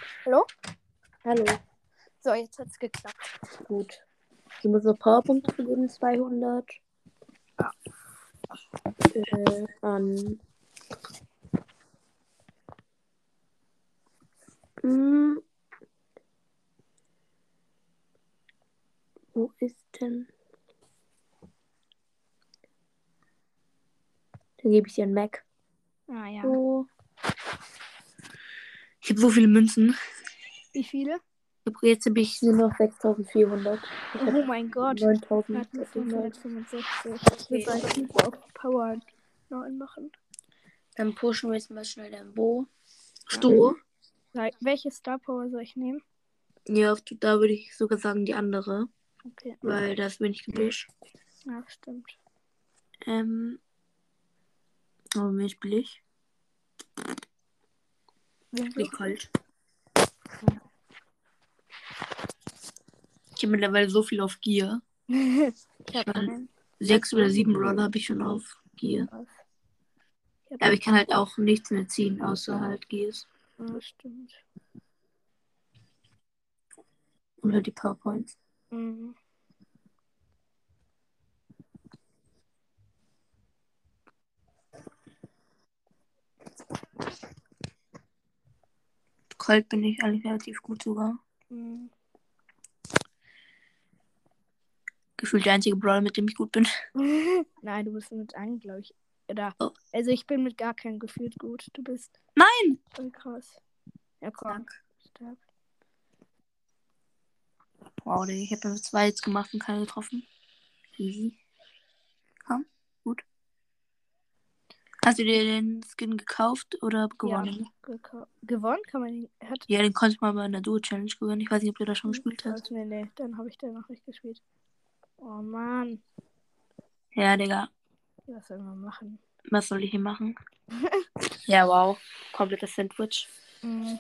Hallo? Hallo, So, jetzt hat's geklappt. gut. Ich muss noch Powerpunkte vergeben, 200. Ja. An. Hm, wo ist denn? Dann gebe ich dir einen Mac. Ah ja. So. Ich habe so viele Münzen. Wie viele? Jetzt habe ich nur noch 6400. Ich Oh habe mein Gott. 9000. Hat nur 565. Wir Okay. bald Flug auf Power 9 machen. Dann pushen wir jetzt mal schnell dein Bo. Ja. Sto. Welche Star Power soll ich nehmen? Ja, da würde ich sogar sagen die andere. Okay. Weil da ist wenig gebüscht. Ja, stimmt. Aber mehr spiele ich. Wen Spiele ich suchst Colt. Ich habe mittlerweile so viel auf Gier. du? Ich Ich hab meine, einen. 6 oder 7 Brawler habe ich schon auf Gier. Ich hab Ja, aber ich kann halt auch nichts mehr ziehen, außer halt Gears. Ja, stimmt. Und halt die PowerPoints. Mhm. Colt bin ich eigentlich relativ gut sogar. Mhm. Gefühlt der einzige Brawler, mit dem ich gut bin. Nein, du bist mit einem, glaube ich. Oder, Oh. also ich bin mit gar keinem gefühlt gut. Du bist Nein! voll krass. Ja, komm. Stark. Wow, ich habe nur 2 jetzt gemacht und keine getroffen. Easy. Komm, gut. Hast du dir den Skin gekauft oder gewonnen? Ja, gewonnen kann man ihn. Ja, den konnte ich mal bei einer Duo-Challenge gewinnen. Ich weiß nicht, ob du da schon gespielt hast. Nee, dann habe ich da noch nicht gespielt. Oh Mann. Ja, Digga. Was soll man machen? Was soll ich hier machen? Ja, wow. Komplettes Sandwich. Wir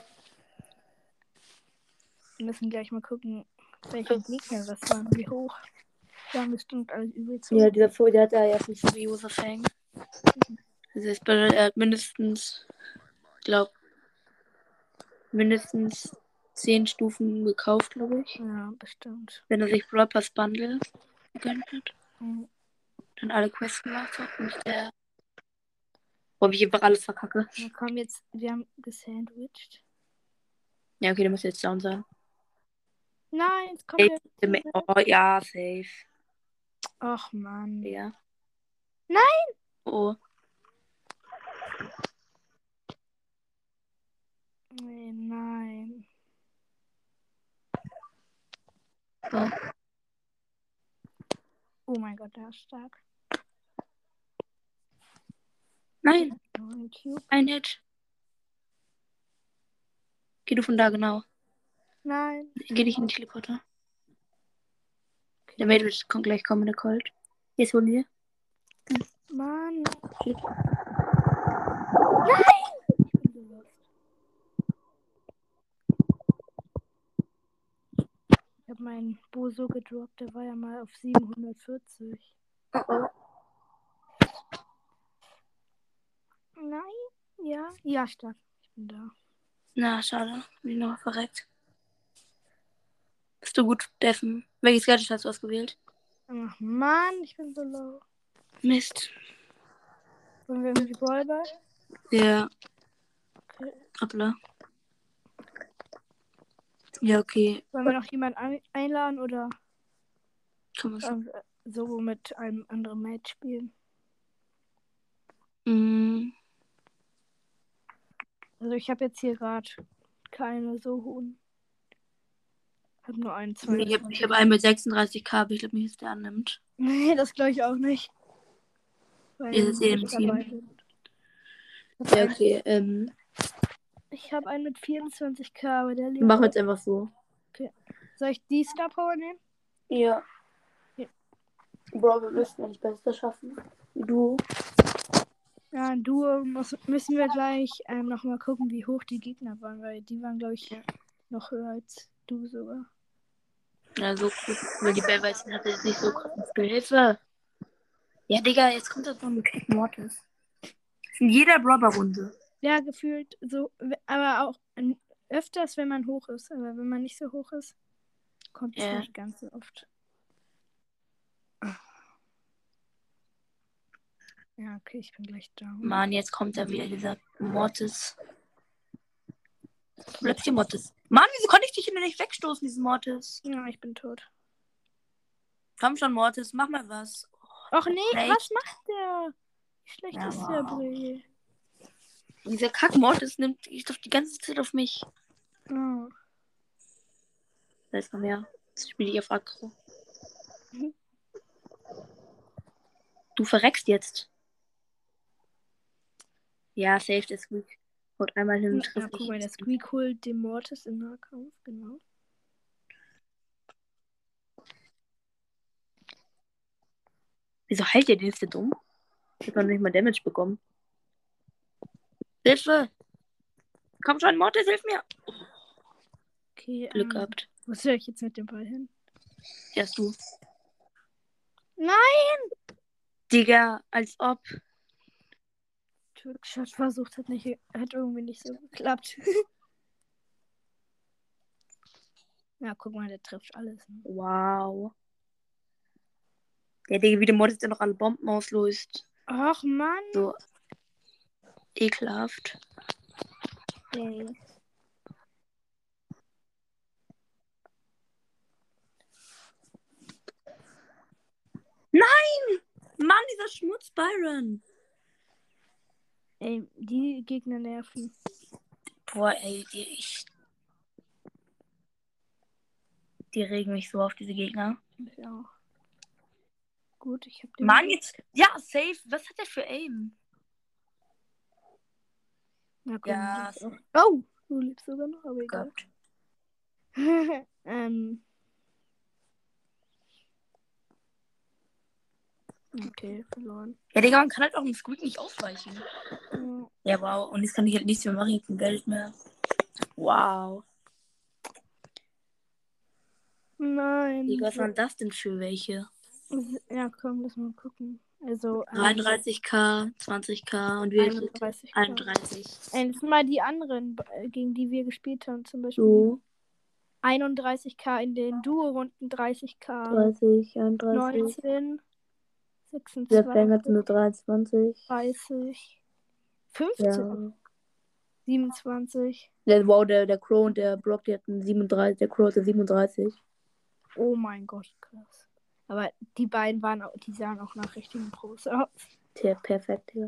müssen gleich mal gucken, welche Gegner das waren, wie hoch. Die haben bestimmt alles übelst hoch. Ja, dieser Vogel, der hat da ja viel Furiosa Fang. Das heißt, er hat mindestens, glaube mindestens 10 Stufen gekauft, glaube ich. Ja, bestimmt. Wenn er sich Brawl Pass Bundle gegönnt hat. Mhm. Dann alle Quests gemacht hat. Und der. Wo ich einfach alles verkacke. Na komm, jetzt, wir haben gesandwiched. Ja, okay, der muss jetzt down sein. Nein, jetzt kommt der. Oh, ja, safe. Ach Mann. Ja. Nein! Oh. Nee, nein. Oh. Oh mein Gott, der ist stark. Nein, Ein Cube. ein Hit. Geh du von da, genau. Nein. Geh dich in den Teleporter. Okay. Der Mate wird gleich kommen, der Colt. Jetzt holen wir. Mann. Shit. Nein! Ich bin so lost. Ich habe meinen Bo so gedroppt, der war ja mal auf 740. Oh, oh. Nein? Ja? Ja, stark. Ich bin da. Na, schade. Bin noch verreckt. Bist du gut, Deffen? Welches Gadget hast du ausgewählt? Ach Mann, ich bin so low. Mist. Wollen wir irgendwie Ballball? Ja. Okay. Hoppla. Ja, okay. Wollen wir noch jemanden einladen oder Kann man schon. so mit einem anderen Match spielen? Mm. Also ich habe jetzt hier gerade keine so hohen. Ich habe nur einen Ich 22. hab einen mit 36k, aber ich glaube nicht, dass der annimmt. Nee, das glaube ich auch nicht. Weil Ist es wir im nicht dabei Team? sind. Ja, okay. Ich habe einen mit 24k, aber der Wir lebt. machen jetzt einfach so. Okay. Soll ich die Star Power nehmen? Ja. Ja. Bro, wir müssen eigentlich Besser schaffen. Du. Ja, in Duo müssen wir gleich nochmal gucken, wie hoch die Gegner waren, weil die waren, glaube ich, noch höher als du sogar. Ja, so gut. Weil die Bellweizen hatte jetzt nicht so krass Hilfe. Ja, Digga, jetzt kommt da so ein Quick Mortis. In jeder Robber-Runde. Ja, gefühlt so, aber auch öfters, wenn man hoch ist. Aber wenn man nicht so hoch ist, kommt es Ja. nicht ganz so oft. Ja, okay, ich bin gleich down. Mann, jetzt kommt da wieder dieser Mortis. Bleibst hier, Mortis. Mann, wieso konnte ich dich denn nicht wegstoßen, diesen Mortis? Ja, ich bin tot. Komm schon, Mortis, mach mal was. Och nee, schlecht. was macht der? Wie schlecht Ja, ist der wow. Bre? Dieser Kack-Mortis nimmt ich doch die ganze Zeit auf mich. Oh. Da ist noch mehr. Jetzt spiele ich auf Aggro. Du verreckst jetzt. Ja, safe der Squeak. Haut einmal hin und Ja, trifft guck mal, der dich. Squeak holt den Mortis im Nahkampf, genau. Wieso heilt der den? Ist der dumm? Ich hab noch nicht mal Damage bekommen. Hilfe! Komm schon, Mortis, hilf mir! Okay, Glück gehabt. wo soll ich jetzt mit dem Ball hin? Ja, hast du. Nein! Digga, als ob. Trickshot versucht, hat irgendwie nicht so geklappt. Ja, guck mal, der trifft alles. Ne? Wow. Der Digga, wie der Mortis der noch alle Bomben auslöst. Ach, Mann! So ekelhaft. Ey. Nein! Mann, dieser Schmutz, Byron. Ey, die Gegner nerven. Boah, ey, die regen mich so auf, diese Gegner. Ich auch. Gut, ich hab den. Mann, jetzt. Ja, safe. Was hat der für Aim? Na, guck Ja, mal. Oh, du lebst sogar noch, aber egal. gehabt. Okay, verloren. Ja, Digga, man kann halt auch einen Squeak nicht ausweichen. Ja. Ja, wow. Und jetzt kann ich halt nichts mehr machen, ich hab kein Geld mehr. Wow. Nein. Digga, was waren das denn für welche? Ja, komm, lass mal gucken. Also 33k, 20k und wir 31. 31. Das sind mal die anderen, gegen die wir gespielt haben. Zum Beispiel So, 31k in den Duo-Runden, 30k, 30, 31. 19, Der Bang 26, hat nur 23. 30, 15, Ja. 27. Wow, der Crow und der Brock, die hatten 37. Der Crow hatte 37. Oh mein Gott, krass. Aber die beiden die sahen auch nach richtigen Pros aus. Tja, perfekt, ja.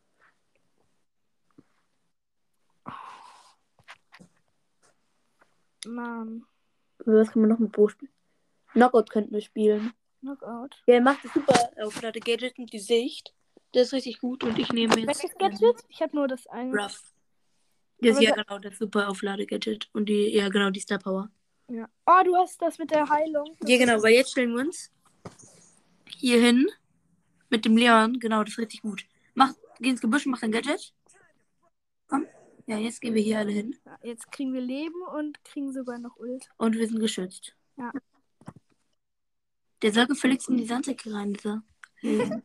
Mann, Was kann man noch mit Bo spielen? Knockout könnten wir spielen. Knockout. Ja, er macht das super auf der Gadget und die Sicht. Das ist richtig gut und ich nehme jetzt Welches Gadget? Ich habe nur das eine. Ruff. Das ist Aber ja genau das super Auflade-Gadget. Und die, ja genau, die Star Power. ja. Oh, du hast das mit der Heilung. Ja, genau, weil jetzt stellen wir uns hier hin mit dem Leon. Genau, das ist richtig gut. Geh ins Gebüsch, mach dein Gadget. Komm. Ja, jetzt gehen wir hier alle hin. Ja, jetzt kriegen wir Leben und kriegen sogar noch Ult. Und wir sind geschützt. Ja. Der soll gefälligst in die Sandsäcke rein, dieser Riesen.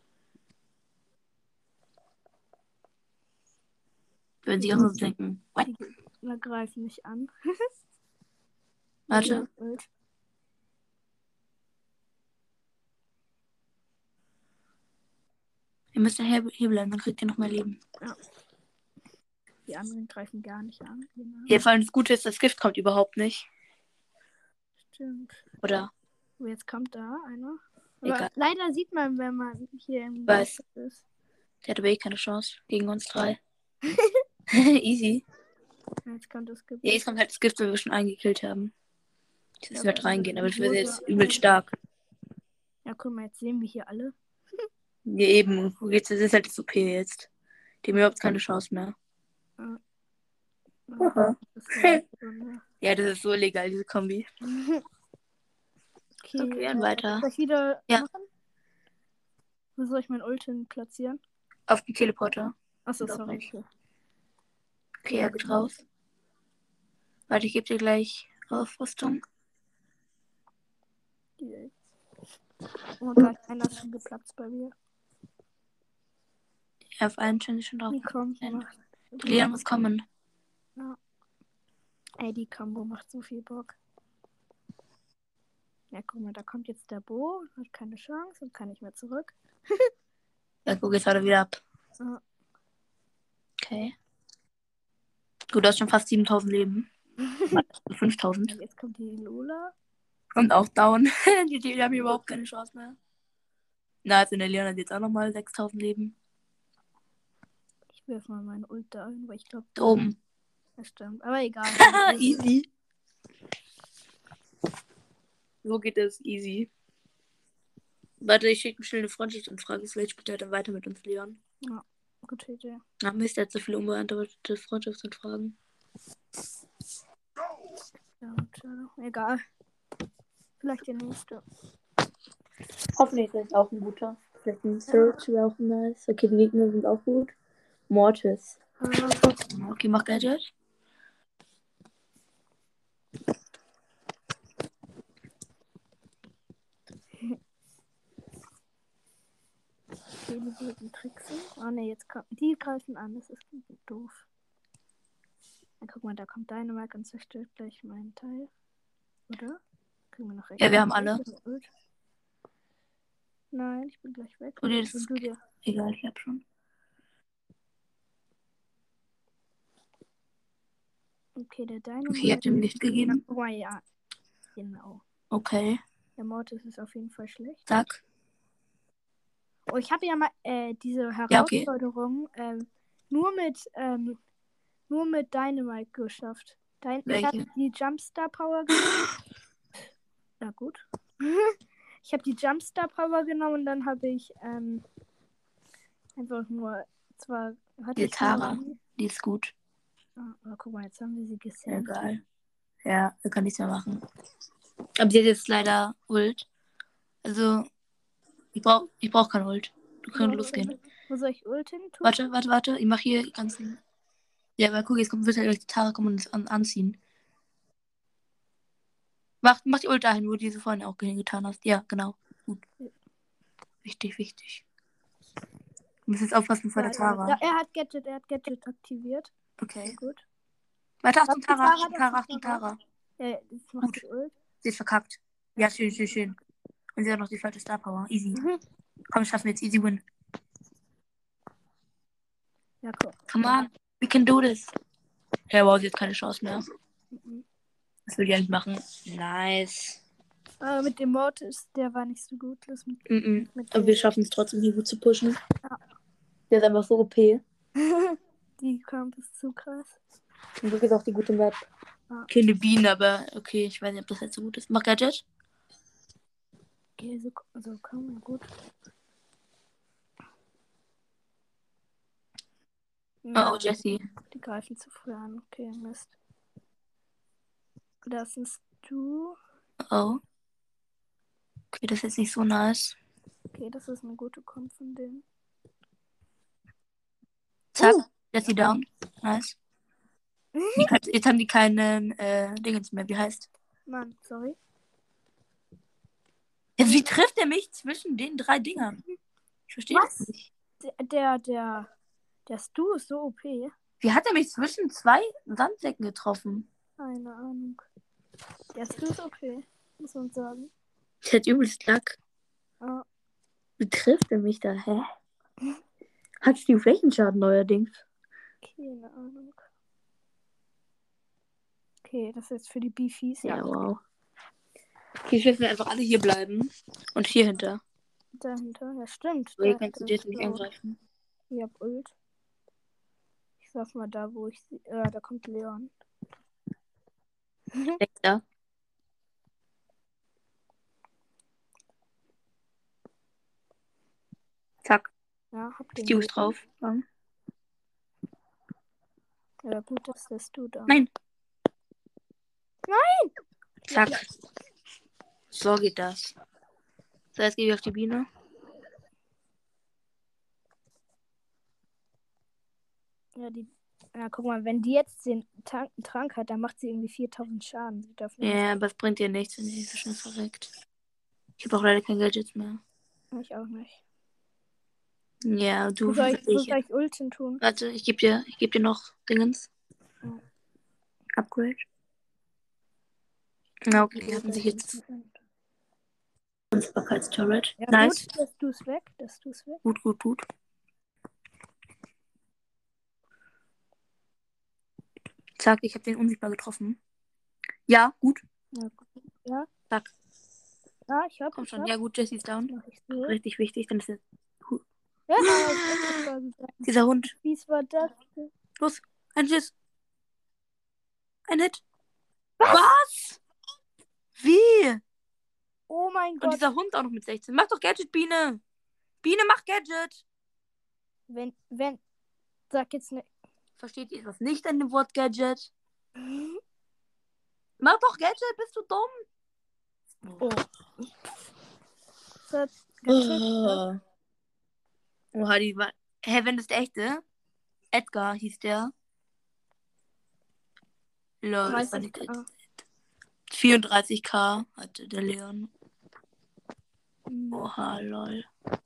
Würden sie auch so denken. What? Wir greifen mich an. Warte. Ult. Ihr müsst daher hier bleiben, dann kriegt ihr noch mehr Leben. Ja. Die anderen greifen gar nicht an. Genau. Ja, vor allem das Gute ist, das Gift kommt überhaupt nicht. Stimmt. Oder? Oh, jetzt kommt da einer. Aber Egal. leider sieht man, wenn man hier im Weiß. Wasser ist. Der hat aber eh keine Chance gegen uns drei. Easy. Jetzt kommt das Gift. Ja, jetzt kommt halt das Gift, weil wir schon eingekillt haben. Jetzt müssen wir halt reingehen, aber wir sind jetzt übel Ja. stark. Ja, guck mal, jetzt sehen wir hier alle. Ja, eben. Jetzt ist halt das OP jetzt. Die haben überhaupt keine Chance mehr. Aha. Das ist ja so, Ja, das ist so illegal, diese Kombi. Okay, dann weiter. Soll ich wieder Ja. machen? Wo soll ich mein Ult hin platzieren? Auf den Teleporter. Achso, Doch sorry. nicht. Okay, er geht raus. Warte, ich gebe dir gleich Aufrüstung. Oh Gott, einer ist schon geplatzt bei mir. Ja, auf einen schon drauf. Die kommt noch. Die Lea muss kommen. Ja. Ey, die Combo macht so viel Bock. Ja, guck mal, da kommt jetzt der Bo, hat keine Chance und kann nicht mehr zurück. Ja, guck, jetzt haut er wieder ab. Ja. Okay. Gut, du hast schon fast 7000 Leben. 5000. Jetzt kommt die Lola. Und auch down. Die haben überhaupt keine Chance mehr. Na, also in der Leon hat jetzt auch nochmal 6000 Leben. Ich wirf mal meinen Ult da ein, weil ich glaube, Da oben. das stimmt. Aber egal. Easy. So geht es easy. Warte, ich schicke schnell eine Freundschaftsanfrage. Vielleicht spielt er dann weiter mit uns, Leon. Ja, gute Idee. Ach Mist, er hat so viele unbeantwortete Freundschaftsanfragen. Ja, schade. Egal. Vielleicht der nächste. Hoffentlich ist es auch ein guter. Vielleicht ein Search wäre auch nice. Okay, die Gegner sind auch gut. Mortis. Okay, mach Gadget. Okay, die würden tricksen. Oh ne, jetzt kommt. Die greifen an, das ist doof. Ja, guck mal, da kommt Dynamite und zerstört gleich meinen Teil. Oder? Kriegen wir noch recht? Ja, wir haben alle. Nein, ich bin gleich weg. Oder das Und du dir. egal, ich hab schon. Okay, der Dynamite. Okay, ihr habt ihm Licht gegeben. Oh ja, genau. Okay. Der Mortis ist auf jeden Fall schlecht. Zack. Oh, ich habe ja mal diese Ja, okay. Herausforderung nur mit Dynamite geschafft. Ich habe die Jumpstar Power genommen. Na gut. Ich habe die Jumpstar Power genommen und dann habe ich einfach nur zwar hatte Die ich Tara, die ist gut. aber guck mal, jetzt haben wir sie gesenkt. Egal. Ja, wir können nichts mehr machen. Aber sie hat jetzt leider Ult. Also, ich brauch kein Ult. Du kannst losgehen. Wo soll ich Ult hin tun? Warte. Ich mach hier die ganzen. Ja, aber guck, jetzt wird halt gleich die Tara kommen und uns anziehen. Mach die Ult dahin, wo du diese vorhin auch getan hast. Ja, genau. Gut. Wichtig. Du musst jetzt aufpassen vor der Tara. Ja, er hat Gadget aktiviert. Okay. Sehr gut. Warte, Achtung, Tara. Jetzt macht die Ult. Sie ist verkackt. Ja, schön. Und sie hat noch die falsche Star Power. Easy. Komm, schaffen wir jetzt. Easy win. Ja, cool. Come on. We can do this. Ja, wow, sie hat keine Chance mehr. Was will die eigentlich machen? Nice. Mit dem Mortis, der war nicht so gut. Aber wir schaffen es trotzdem, hier gut zu pushen. Ja. Der ist einfach so OP. Die Kampf ist zu krass. Und wirklich auch die gute Map. Ja. Keine Bienen, aber okay, ich weiß nicht, ob das jetzt so gut ist. Mach Gadget. Okay, so komm, ja gut. Oh, Jessie. Die greifen zu früh an. Okay, Mist. Das ist du. Oh. Okay, das ist jetzt nicht so nice. Okay, das ist eine gute Kampf von denen. Zack, Jessie down. Nice. Jetzt haben die keinen Dingens mehr. Wie heißt? Mann, sorry. Ja, wie trifft er mich zwischen den 3 Dingern? Ich verstehe das nicht. Der Stu ist so OP. Wie hat er mich zwischen 2 Sandsäcken getroffen? Keine Ahnung. Der Stu ist OP, muss man sagen. Der hat übelst Lack. Ja. Wie trifft er mich da? Hä? Hat die Flächenschaden neuerdings? Keine Ahnung. Okay, das ist jetzt für die Beefies. Ja, wow. Okay, ich will einfach alle hier bleiben. Und hier hinter. Dahinter, ja stimmt. So, hier kannst du jetzt nicht angreifen. Ich hab Ult. Ich sag mal da, wo ich sie. Da kommt Leon. Da. Zack. Ja, hab den. Stu ist drauf. Ja, gut, dass das du da. Nein. Nein! Zack. Ja. So geht das. So, jetzt gehe ich auf die Biene. Ja, guck mal, wenn die jetzt den Trank hat, dann macht sie irgendwie 4000 Schaden. Ja, aber es bringt ihr nichts, sie ist so schnell verreckt. Ich habe auch leider kein Gadgets mehr. Ich auch nicht. Ja, du. Wo soll ich Ulten tun? Warte, ich geb dir noch Dingens. Oh. Upgrade. Na, okay, die hatten sich jetzt Unsichtbarkeitsturret. Ja, Nice. gut, dass du es weg. Gut. Zack, ich habe den unsichtbar getroffen. Ja, gut. Ja, gut. Ja. Zack. Ja, ich hab. Komm schon. Ja, gut, Jessie ist down. Mach ich so. Richtig wichtig, dann ist der Ja, ist unsichtbar gegangen. dieser Hund. Wie war das? Los, ein Schiss. Ein Hit. Was? Wie? Oh mein Und Gott. dieser Hund auch noch mit 16. Mach doch Gadget, Biene. Biene, mach Gadget. Wenn, sag jetzt nicht. Versteht ihr was nicht an dem Wort Gadget? Mach doch Gadget, bist du dumm? Oh. Das Oha, die war. Hä, wenn das der echte? Edgar hieß der. Lol, das war nicht der. 34k hatte der Leon. Oha, lol.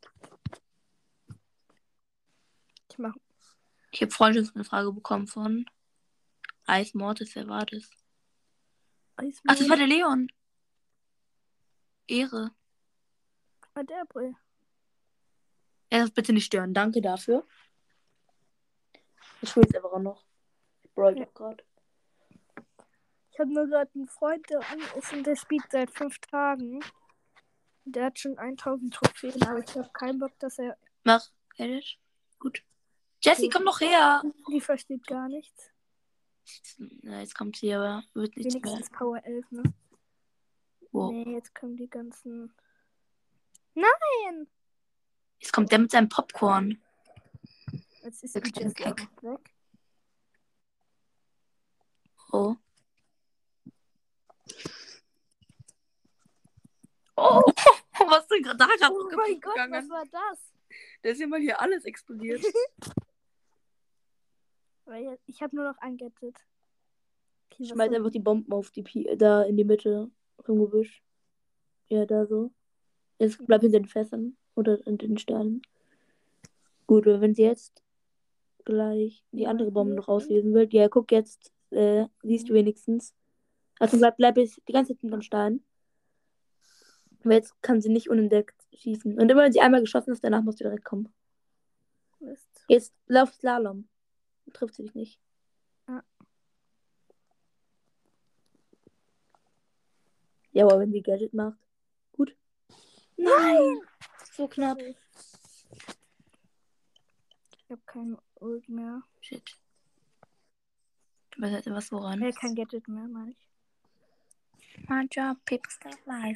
Ich habe Freundschaftsanfrage bekommen von Ice Mortis. Wer war das? Ach, das war der Leon. Ehre. Der Brill. Er darf bitte nicht stören. Danke dafür. Ich spiele jetzt einfach auch noch. Ich brawl doch gerade. Ich habe nur gerade einen Freund, der an ist und der spielt seit 5 Tagen. Der hat schon 1000 Trophäen, aber ich habe keinen Bock, dass er. Mach, edit. Gut. Jessie, komm doch her. Die versteht gar nichts. Na, jetzt kommt sie, aber wird nichts Wenigstens mehr. Power 11, ne? Wow. Nee, jetzt kommen die ganzen. Nein! Jetzt kommt der mit seinem Popcorn. Jetzt ist die Jessie auch weg. Oh. Oh, was ist denn gerade da gerade Oh mein Gott, was war das? Da ist ja mal hier alles explodiert. Ich habe nur noch ein Gadget. Okay, Schmeiß einfach die Bomben auf die da in die Mitte vom Gebüsch. Ja, da so. Jetzt bleib hinter den Fässern oder in den Sternen. Gut, wenn sie jetzt gleich die andere Bombe noch auslösen will. Ja, guck jetzt, siehst du wenigstens. Also bleib jetzt die ganze Zeit hinter den Stein. Aber jetzt kann sie nicht unentdeckt schießen. Und immer wenn sie einmal geschossen ist, danach musst du direkt kommen. Mist. Jetzt lauf Slalom. Trifft sie dich nicht. Ja. Ja, aber wenn sie Gadget macht. Gut. Nein! So knapp. Ich habe kein Ult mehr. Shit. Du bist halt was woran? Kein Gadget mehr, meine ich. My job, people stay alive.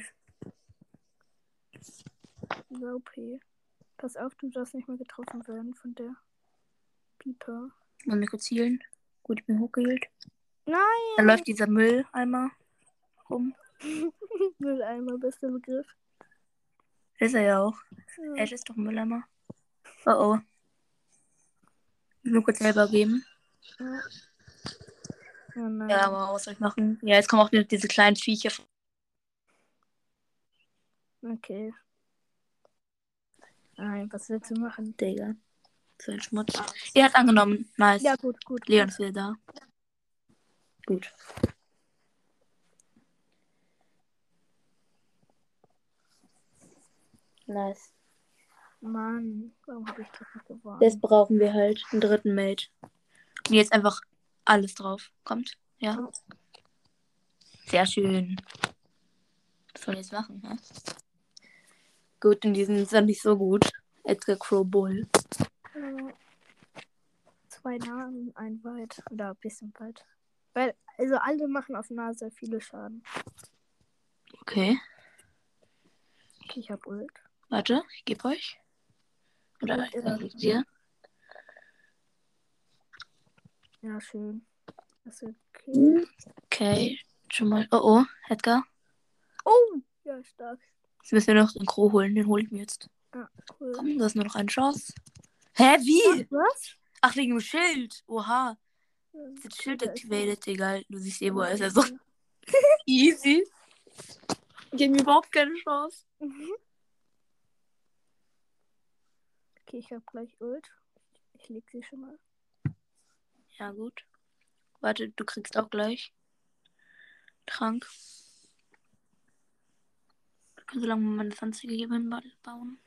So OP. Pass auf, du darfst nicht mehr getroffen werden von der Pieper. Wollen wir kurz healen? Gut, ich bin hochgeheilt. Nein! Dann läuft dieser Mülleimer rum. Mülleimer, bester Begriff. Ist er ja auch. Ja. Ash ist doch ein Mülleimer. Oh. Nur kurz selber geben. Ja. Oh nein. Ja, aber was soll ich machen? Ja, jetzt kommen auch diese kleinen Viecher. Okay. Nein, was willst du machen? Digga. So ein Schmutz. Er hat angenommen. Nice. Ja, gut. Leon ist wieder da. Gut. Nice. Mann, warum habe ich das nicht gewonnen? Jetzt brauchen wir halt einen dritten Mate. Und jetzt einfach alles drauf. Kommt? Ja. Sehr schön. Was sollen wir jetzt machen, hä? Gut, in diesem ist er nicht so gut. Edgar Crow Bull. 2 nah und ein weit. Oder ein bisschen weit. Weil, also alle machen auf nah sehr viele Schaden. Okay. Ich hab Ult. Warte, ich gebe euch. Oder dir. Ja, schön. Das ist okay. Okay. Schon mal. Oh, Edgar. Oh! Ja, stark. Jetzt müssen wir noch den Crow holen. Den hole ich mir jetzt. Ah, cool. Komm, da ist nur noch eine Chance. Hä, wie? Was? Ach, wegen dem Schild. Oha. Das Schild activated, egal. Du siehst wo er ist. Also easy. Ich habe überhaupt keine Chance. Okay, ich hab gleich Ult. Ich leg sie schon mal. Ja, gut. Warte, du kriegst auch gleich Trank. kann so lange mal meine Pflanze gegeben bauen.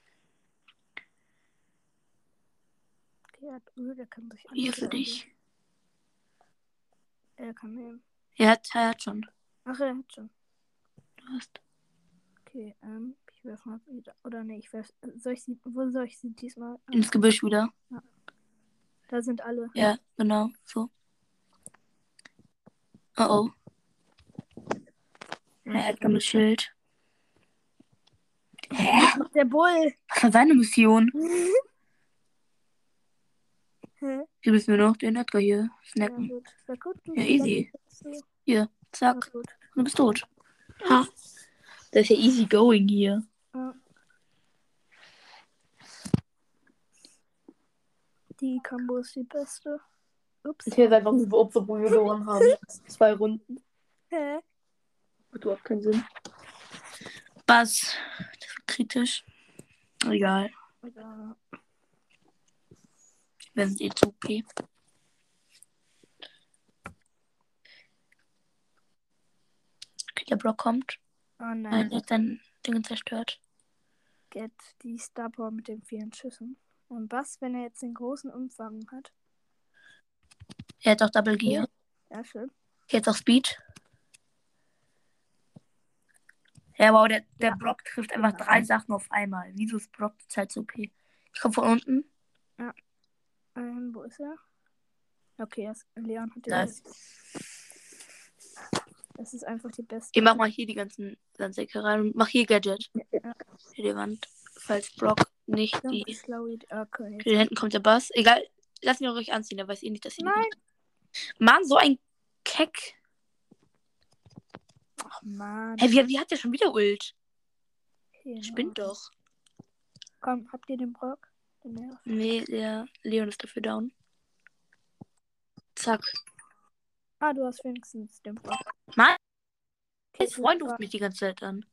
Okay, er hat Öl, der kann sich Hier für dich. Er kann nehmen. Er hat schon. Ach, er hat schon. Du hast. Okay, ich werfe mal wieder. Oder nee, wo soll ich sie diesmal? Ins Gebüsch wieder. Ja. Da sind alle. Ja, genau. So. Oh. Er hat ein Schild. Hä? Der Bull. Das war seine Mission. Hä? Hier müssen wir noch den Edgar hier snacken. Ja, gut. War gut. Ja, easy. So. Hier, zack. Gut. Du bist tot. Ha. Das ist ja easy going hier. Ja. Die Combo ist die beste. Ups. Hier ist einfach ein Opfer, wo wir gewonnen haben. 2 Runden. Hä? Hat überhaupt keinen Sinn. Bass. Das ist kritisch. Egal. Ja. Wir sind eh zu OP. Okay, der Block kommt. Oh nein. Nein, er hat sein Ding zerstört. Get die Star Power mit den 4 Schüssen. Und was, wenn er jetzt den großen Umfang hat? Er hat auch Double Gear. Ja, schön. Jetzt auch Speed. Ja, wow, der Brock trifft einfach 3 Sachen auf einmal. Wieso ist Brock die Zeit so OP? Ich komme von unten. Ja. Wo ist er? Okay, Leon hat den. Nice. Das ist einfach die beste. Ich mach mal hier die ganzen Sandsäcke rein und mach hier Gadget. Ja. Hier die Wand. Falls Brock nicht die. Okay, Hier hinten kommt der Bass. Egal, lass mich ruhig anziehen, der weiß eh nicht, dass sie. Nein! Mann, so ein Keck. Ach Mann. Hey, wie hat der schon wieder Ult? Okay, Spinnt doch. Komm, habt ihr den Brock? Den Nerv? Nee, der Leon ist dafür down. Zack. Ah, du hast wenigstens den Brock. Mann, Okay, mein Freund ruft mich die ganze Zeit an.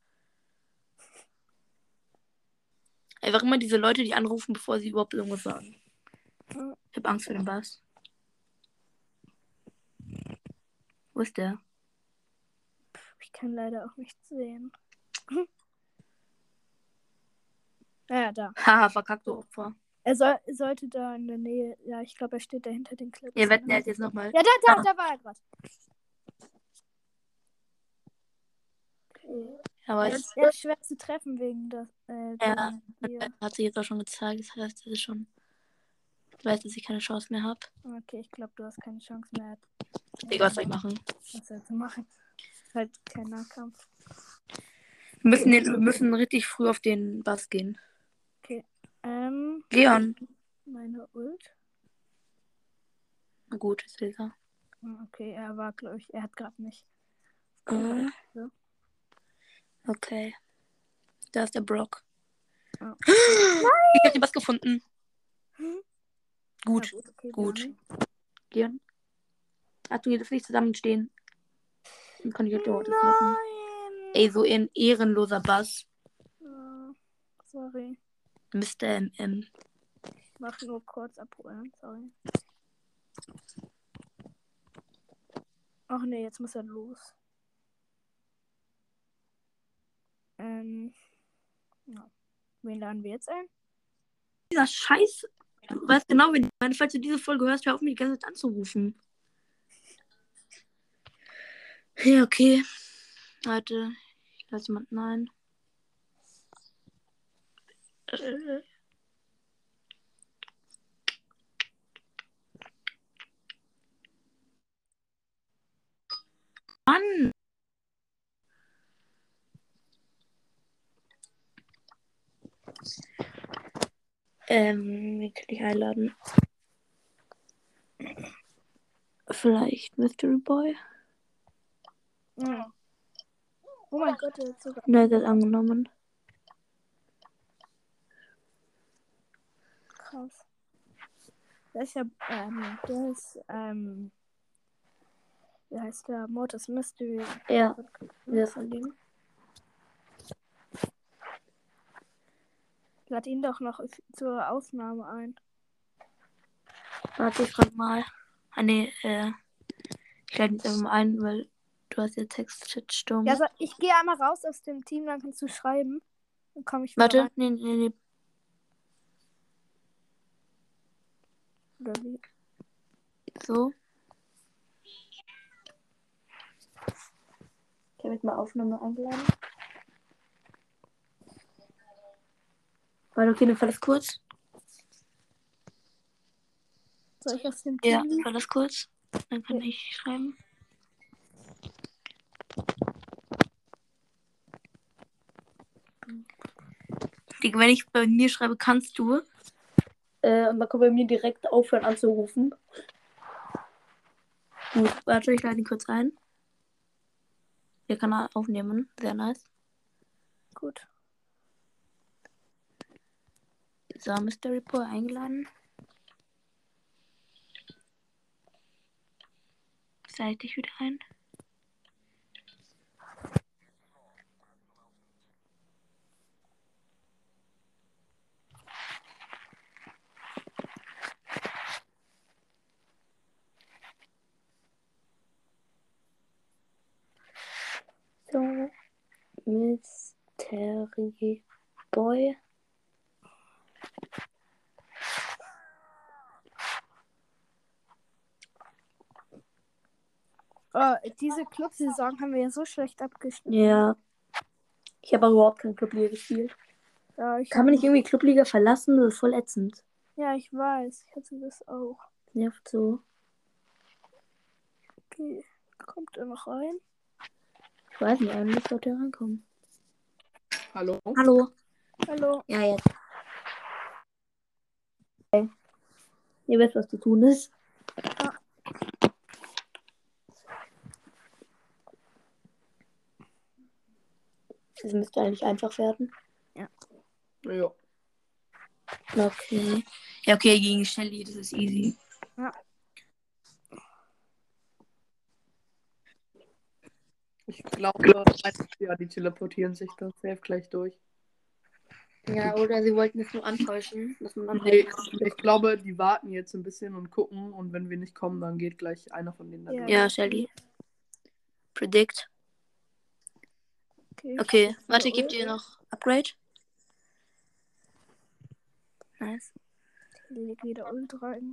Einfach immer diese Leute, die anrufen, bevor sie überhaupt irgendwas sagen. Ich hab Angst vor dem Bass. Wo ist der? Ich kann leider auch nichts sehen. Ja, da. Haha, verkackte Opfer. Er sollte da in der Nähe. Ja, ich glaube, er steht da hinter den Clips. Ja, wetten, er ist jetzt nochmal. Ja, da war er gerade. Okay. Aber Er ist schwer zu treffen wegen das. ja, hat sich jetzt auch schon gezeigt. Das heißt, das ist schon. Ich weiß, dass ich keine Chance mehr habe. Okay, ich glaube, du hast keine Chance mehr. Egal, was soll ich machen? Was soll ich machen? Halt kein Nahkampf. Wir müssen richtig früh auf den Bass gehen. Okay. Leon. Meine Ult. Na gut, ist er. Okay, er war, glaube ich, er hat gerade nicht. So. Okay. Da ist der Brock. Oh. Ich hab den Bass gefunden. Gut. Ja, okay, Gut. Leon. Achtung, ihr dürft nicht zusammenstehen. Dann kann ich auch dort machen. Ey, so ein ehrenloser Bass. Oh, sorry. Mr. MM. Ich mach nur kurz abholen, sorry. Ach nee, jetzt muss er los. Ja. Wen laden wir jetzt ein? Dieser Scheiß. Du weißt genau, wenn ich meine, falls du diese Folge hörst, hör auf mich die ganze Zeit anzurufen. Ja, okay. Warte. Ich lasse jemanden ein. Mann! Wie kann ich einladen? Vielleicht Mystery Boy? Ja. Oh mein Gott, der ist sogar. Ne, der ist angenommen. Krass. Der ist ja, der ist, wie heißt der? Mortis Mystery. Ja, der von dem. Lad ihn doch noch zur Aufnahme ein. Warte, ich frage mal. Ah, ne, ich lade ihn jetzt einfach mal ein, weil Du hast jetzt Textsturm. Ja, also ich gehe einmal raus aus dem Team, dann kannst du schreiben. Dann komme ich wieder Warte, rein. nee. Oder wie? So. Ich habe jetzt mal Aufnahme eingeladen. Warte, okay, dann war das kurz. Soll ich aus dem Ja, Team? war das kurz. Dann kann ich schreiben. Digga, wenn ich bei mir schreibe, kannst du. Und man kann bei mir direkt aufhören anzurufen. Gut, warte, ich lade ihn kurz ein. Der kann er aufnehmen. Sehr nice. Gut. So, Mystery Pool eingeladen. Schalte dich wieder ein. So, Mystery Boy. Diese Clubsaison haben wir ja so schlecht abgeschnitten. Ja. Ich habe aber überhaupt keine Clubliga gespielt. Ja, Kann man nicht irgendwie Clubliga verlassen? Das ist voll ätzend. Ja, ich weiß. Ich hatte das auch. Nervt so. Okay. Kommt er noch rein? Ich weiß nicht, eigentlich sollte er reinkommen. Hallo? Hallo. Hallo. Ja, jetzt. Okay. Ihr wisst, was zu tun ist. Ja. Das müsste eigentlich einfach werden. Ja. Okay. Ja, okay, gegen Shelly, das ist easy. Ja. Ich glaube, ja, die teleportieren sich dann safe gleich durch. Ja, oder sie wollten es nur antäuschen, dass man dann Nee, ich glaube, die warten jetzt ein bisschen und gucken und wenn wir nicht kommen, dann geht gleich einer von denen da Ja. durch. Ja, Shelly. Predict. Okay. Okay, warte, ich gebe dir noch Upgrade. Nice. Ich leg wieder Ult rein.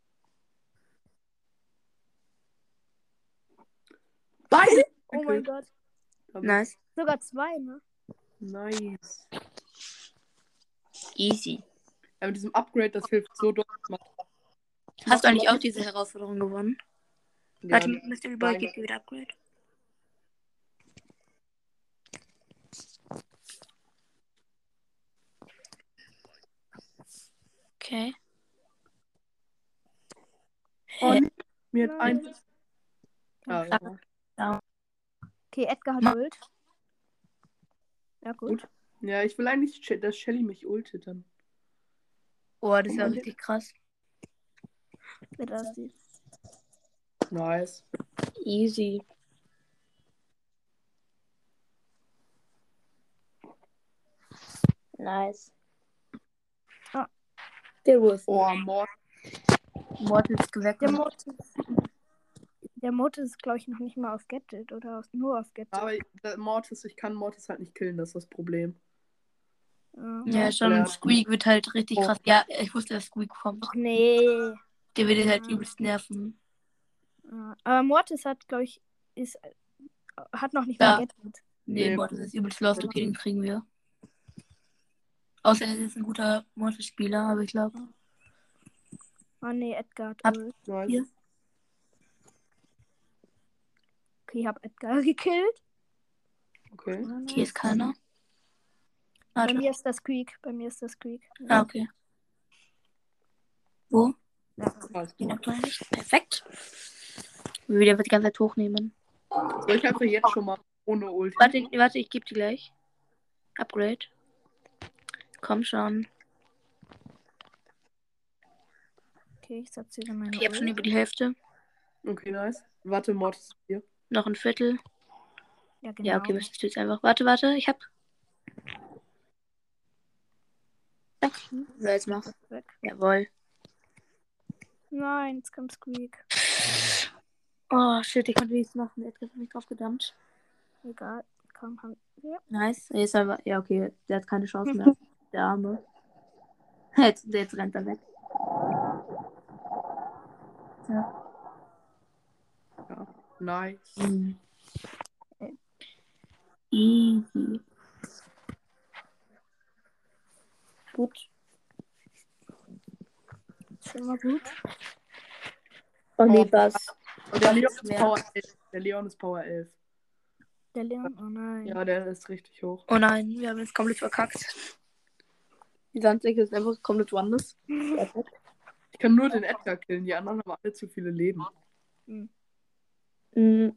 Beide! Oh mein Gott. Nice. Sogar 2, ne? Nice. Easy. Ja, mit diesem Upgrade, das hilft so doll. Hast du eigentlich auch diese Herausforderung gewonnen? Ja, Warte, Mystery Boy gibt dir wieder Upgrade. Okay. und mir hat Nein. ein. Ja. Okay, Edgar hat Ult. Ja, gut. Ja, ich will eigentlich, dass Shelly mich ultet dann. Oh, das war richtig krass. Wer das sieht. Nice. Easy. Nice. Ah. Der Wurst. Oh, Mord ist gewechselt. Der Motor ist, glaube ich, noch nicht mal auf Gadget oder nur auf Gadget. Aber ich kann Mortis halt nicht killen, das ist das Problem. Ja, schon. Squeak wird halt richtig krass. Ja, ich wusste, dass Squeak kommt. Ach nee. Der wird halt übelst nerven. Aber Mortis hat, glaube ich, hat noch nicht mal Gadget. Nee, Mortis ist übelst lost. Okay, den kriegen wir. Außer er ist ein guter Mortis-Spieler, aber ich glaube. Oh nee, Edgar hat Ult. Hier. Okay, ich habe Edgar gekillt. Okay. Hier ist keiner. Bei mir ist das Squeak. Ah, okay. Wo? Ja. Perfekt. Wieder wird die ganze Zeit hochnehmen. Soll ich einfach jetzt schon mal ohne Ulti? Warte, ich gebe die gleich. Upgrade. Komm schon. Okay, ich satziere meine Ich habe schon über die Hälfte. Okay, nice. Warte, Mortis ist hier. Noch ein Viertel. Ja, genau. Ja, okay, müsstest du jetzt einfach. Warte, ich hab. Zack. So, jetzt mach. Jawohl. Nein, jetzt kommt Squeak. Oh, shit, ich konnte nichts machen. Edgar hat mich drauf gedammt. Egal. Komm, haben wir. Nice. Jetzt aber, ja, okay. Der hat keine Chance mehr. Der Arme. Jetzt rennt er weg. Ja. Ja. Nice. Easy. Gut. Schon mal gut. Oh nee, Bass. Und der Das Leon ist ist mehr. Power 11. Der Leon ist Power 11. Der Leon, oh nein. Ja, der ist richtig hoch. Oh nein, wir haben jetzt komplett verkackt. Die Sandsäcke sind einfach komplett woanders. Ich kann nur den Edgar killen. Die anderen haben alle zu viele Leben. Mhm.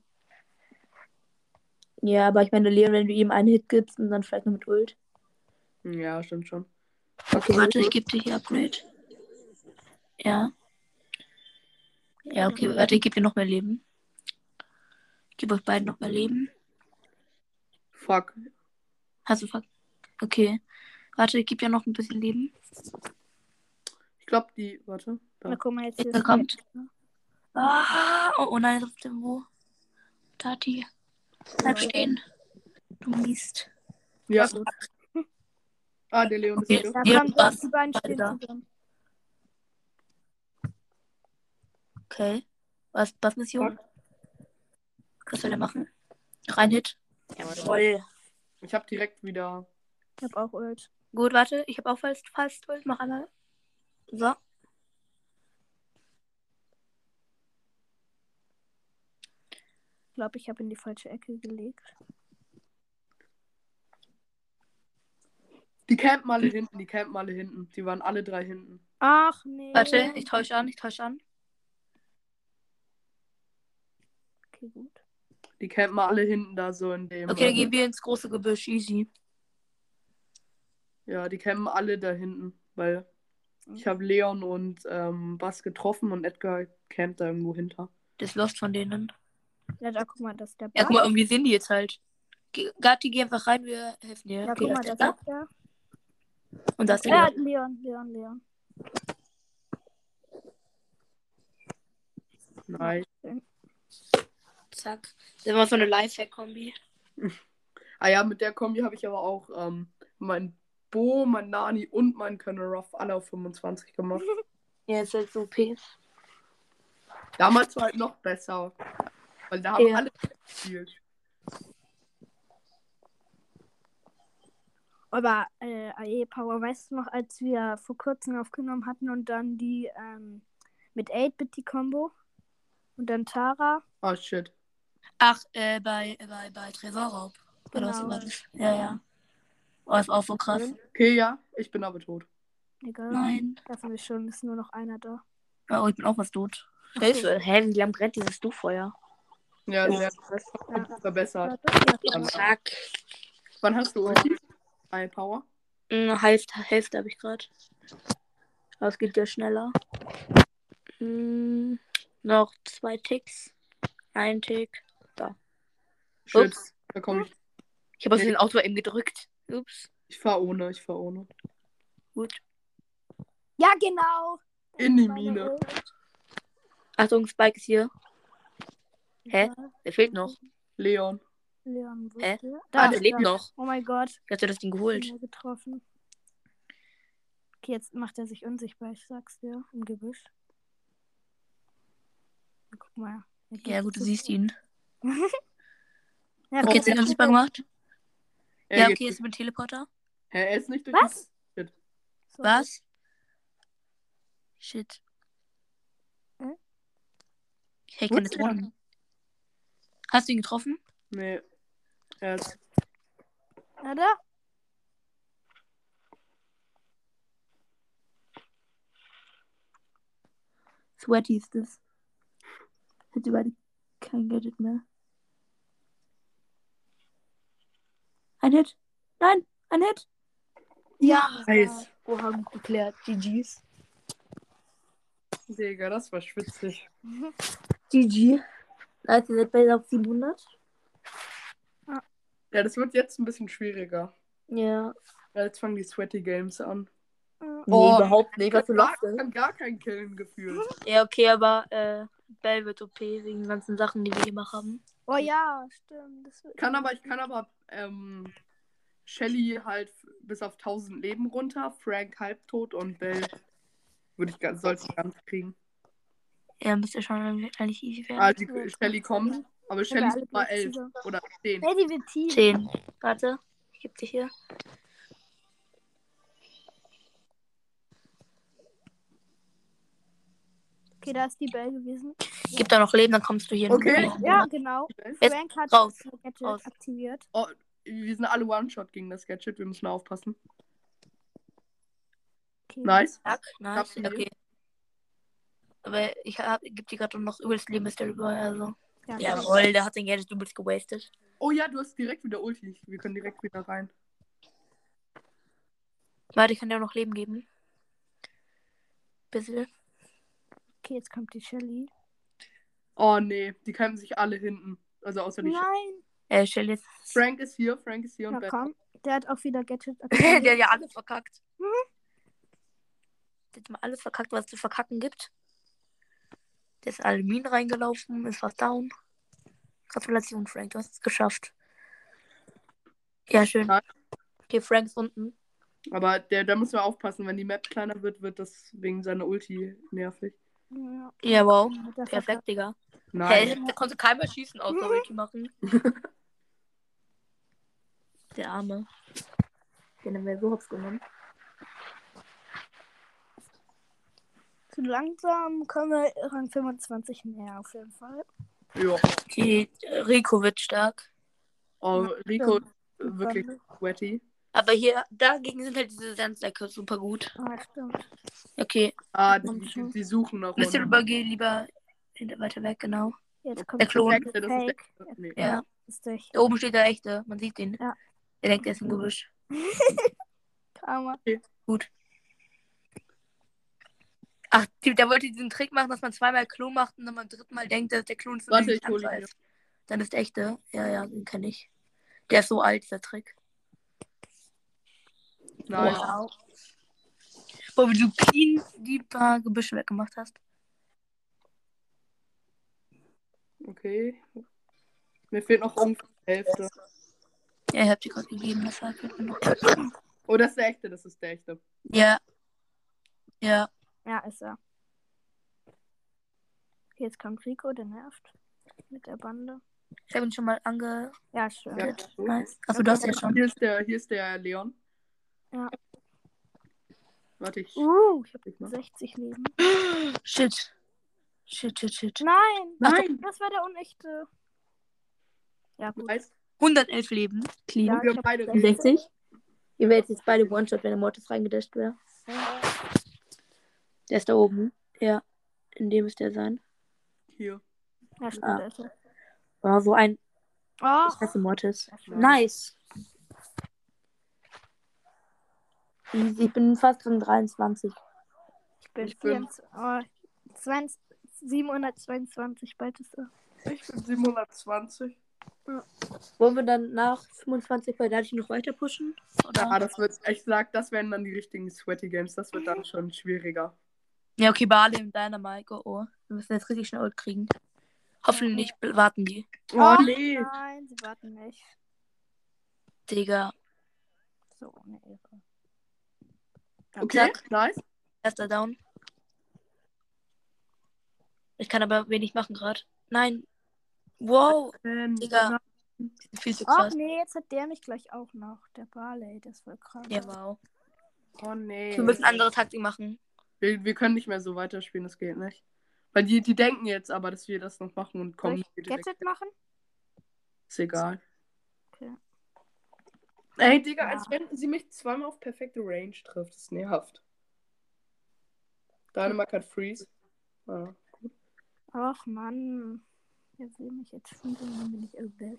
Ja, aber ich meine, Leon, wenn du ihm einen Hit gibst und dann vielleicht noch mit Ult. Ja, stimmt schon. Okay, warte, ich gebe dir hier Upgrade. Ja. Ja, okay, warte, ich gebe dir noch mehr Leben. Ich gebe euch beiden noch mehr Leben. Fuck. Hast du Okay. Warte, ich gebe dir noch ein bisschen Leben. Ich glaube, die. Warte. Na, Da. guck mal, jetzt Edgar kommt. Oh nein, das ist wo? Tati. Bleib stehen. Du Mist. Ja. Ah, der Leon Okay. ist Da hier. Ja, kommt was? die beiden stehen Alter. zusammen. Okay. Was Mission? Was soll der machen? Noch ein Hit. Jawohl. Ich habe direkt wieder. Ich hab auch Ult. Gut, warte. Ich habe auch fast Ult. Mach einmal. So. Ich glaube, ich habe in die falsche Ecke gelegt. Die campen alle hinten. Die campen alle hinten. Die waren alle drei hinten. Ach nee. Warte, ich täusche an. Okay, gut. Die campen alle hinten da so in dem. Okay, dann gehen wir ins große Gebüsch. Easy. Ja, die campen alle da hinten. Weil ich habe Leon und Bass getroffen und Edgar campt da irgendwo hinter. Das ist Lost von denen. Ja, da guck mal, das ist der Ja, Ball. guck mal, irgendwie sind die jetzt halt. Gatti, geh einfach rein, wir helfen dir. Ja, Okay, guck mal, das ist das da. ist der. Und das ist Ja, der. Leon. Nice. Zack. Das war so eine Lifehack-Kombi. Ah ja, mit der Kombi habe ich aber auch mein Bo, mein Nani und mein Colonel Ruff alle auf 25 gemacht. Ja, ist halt so OP. Damals war halt noch besser. Weil da haben Ja. alle gespielt. Aber AE Power, weißt du noch, als wir vor kurzem aufgenommen hatten und dann die mit 8-Bit die Combo und dann Tara? Oh shit. Ach, bei Tresorraub. Oder was Genau. war das? Ja. Oh, ist auch so krass. Okay, ja, ich bin aber tot. Egal. Nein. Davon ist schon, ist nur noch einer da. Oh, ich bin auch was tot. Ach so. Hä, wie lang brennt dieses Du-Feuer? Ja, Ja. der Ja. verbessert. Ja, Zack. Wann hast du Ulti? High Power? Hälfte habe ich gerade. Aber es geht ja schneller. Noch 2 Ticks. Ein Tick. Da. Shit. Ups. Da komme ich. Ich habe aus dem Auto eben gedrückt. Ups. Ich fahr ohne. Gut. ja, genau. In die Meine Mine. Ult. Achtung, Spike ist hier. Hä? Ja, Der fehlt noch. Leon. Leon, wo Hä? ist der? Ah, Da, der lebt da. noch. Oh mein Gott. Wie hast du das Ding geholt? Ihn getroffen. Okay, jetzt macht er sich unsichtbar, ich sag's dir, im Gebüsch. Guck mal. er geht Ja, gut, du zu- siehst ihn. Ja, Okay, jetzt guck, hat er unsichtbar gemacht. Er Ja, geht- okay, jetzt mit Teleporter. Hä, er ist nicht durch Was? Shit. So. Was? Shit. Hä? Hey, Wo keine ist der? Drohnen. Hast du ihn getroffen? Nee. Er ist. Ja, da. Sweaty ist das. Hätte beide kein Gadget mehr. Ein Hit. Nein, ein Hit. Ja. Nice. Oha, gut geklärt. GG's. Digga, das war schwitzig. GG. Also, ihr seid beide auf 700. Ja, das wird jetzt ein bisschen schwieriger. Ja. Ja, jetzt fangen die Sweaty Games an. Nee, überhaupt nicht. Was du Ich lachst. kann gar kein Killen gefühlt. Ja, okay, aber Bell wird OP wegen den ganzen Sachen, die wir hier mal haben. Oh ja, stimmt. Das wird Ich kann aber Shelly halt bis auf 1000 Leben runter, Frank halbtot und Bell sollte ich ganz kriegen. Ja, müsste schon eigentlich easy werden. Also Shelly kommt, aber Shelly ist mal 11 oder 10. Hey, die wird Team. 10. Warte, ich geb dich hier. Okay, da ist die Bell gewesen. Gib da noch Leben, dann kommst du hier. Okay. Ja, genau. Jetzt Frank hat raus. das Gadget Raus. aktiviert. Oh, wir sind alle One-Shot gegen das Gadget, wir müssen aufpassen. Okay. Nice. Nice, okay. Aber geb dir gerade noch übelst Leben, ist der überall, also. Ja, Jawohl, der hat den Gadget übelst gewastet. Oh ja, du hast direkt wieder Ulti. Wir können direkt wieder rein. Warte, ich kann dir auch noch Leben geben. Bisschen. Okay, jetzt kommt die Shelly. Oh nee, die kämpfen sich alle hinten. Also außer die Nein. Shelly jetzt. Frank ist hier und Na Bell. komm. Der hat auch wieder Gadget Der aktiviert. hat ja alles verkackt. Der hat mal alles verkackt, was es zu verkacken gibt. Der ist in alle Minen reingelaufen, ist fast down. Gratulation, Frank, du hast es geschafft. Ja, schön. Ja. Okay, Frank ist unten. Aber da müssen wir aufpassen, wenn die Map kleiner wird, wird das wegen seiner Ulti nervig. Ja. Ja, wow. Hat er Perfekt, verkackt. Digga. Nein. Der konnte keiner schießen, außer Ulti machen. Der Arme. Den haben wir so hops genommen. Zu langsam können wir Rang 25 näher auf jeden Fall. Ja. Okay, Rico wird stark. Oh, Rico ist stimmt. wirklich sweaty. Aber hier, dagegen sind halt diese Sandsäcke super gut. Ah, stimmt. Okay. Ah, die suchen nach Mr. uns. Buggy lieber weiter weg, genau. Jetzt kommt Der Klon. Das ist der Fake. echte. Nee. Ja. Ist durch. Da oben steht der echte, man sieht ihn. Ja. Der denkt, er ist ein Gebüsch. Karma. Gut. Ach, der wollte diesen Trick machen, dass man zweimal Klon macht und dann beim dritten Mal denkt, dass der Klon ist. Warte, ich hole ihn dir. Dann ist der echte. Ja, den kenne ich. Der ist so alt, dieser Trick. Nice. Wow. Boah, wie du clean die paar Gebüsche weggemacht hast. Okay. Mir fehlt noch ungefähr die Hälfte. Ja, ich hab die gerade gegeben, deshalb fehlt mir noch. Oh, das ist der echte. Ja. Ja. Ja, ist er. Okay, jetzt kommt Rico, der nervt. Mit der Bande. Ich habe ihn schon mal Ja, schön. Ja, Nice. Achso, du hast ja schon. Hier ist der Leon. Ja. Warte, ich Ich hab habe 60 Leben. Shit. Nein! Nein! Das war der unechte. Ja, gut. Nice. 111 Leben. Clean. Ja, Wir ich haben hab beide 60. Ihr werdet jetzt beide One-Shot, wenn der Mortis reingedasht wäre. Der ist da oben. Ja. In dem müsste er sein. hier. Ja, stimmt, Ah. da ist er. War so ein. Oh, Ich hasse Mortis. schön. Nice. Easy. Ich bin fast Rang 23. ich bin Ich bin- 722, bald ist er. Ich bin 720. Wollen wir dann nach 25 bei Daddy noch weiter pushen? Oder? Ja, das werden dann die richtigen Sweaty Games. Das wird dann schon schwieriger. Ja, okay, Barley und Dynamite. Oh. Wir müssen jetzt richtig schnell Ult kriegen. Hoffentlich warten die. Oh, nee. Nein, sie warten nicht. Digga. So, eine Ehre. Okay, Zack. nice. Erster Down. Ich kann aber wenig machen gerade. Nein. Wow. Digga. Viel zu Ach krass. nee, jetzt hat der mich gleich auch noch. Der Barley, das ist voll krass. Ja, wow. Oh, nee. Wir müssen andere Taktik machen. Wir können nicht mehr so weiterspielen, das geht nicht. Weil die denken jetzt aber, dass wir das noch machen und Soll kommen ich hier direkt. Gadget machen? Ist egal. Okay. Ey, Digga, als wenn sie mich zweimal auf perfekte Range trifft. Das ist nervt. Dynamite hat Freeze. Ah, gut. Ach Mann. Wer will mich jetzt schon, dann bin ich weg.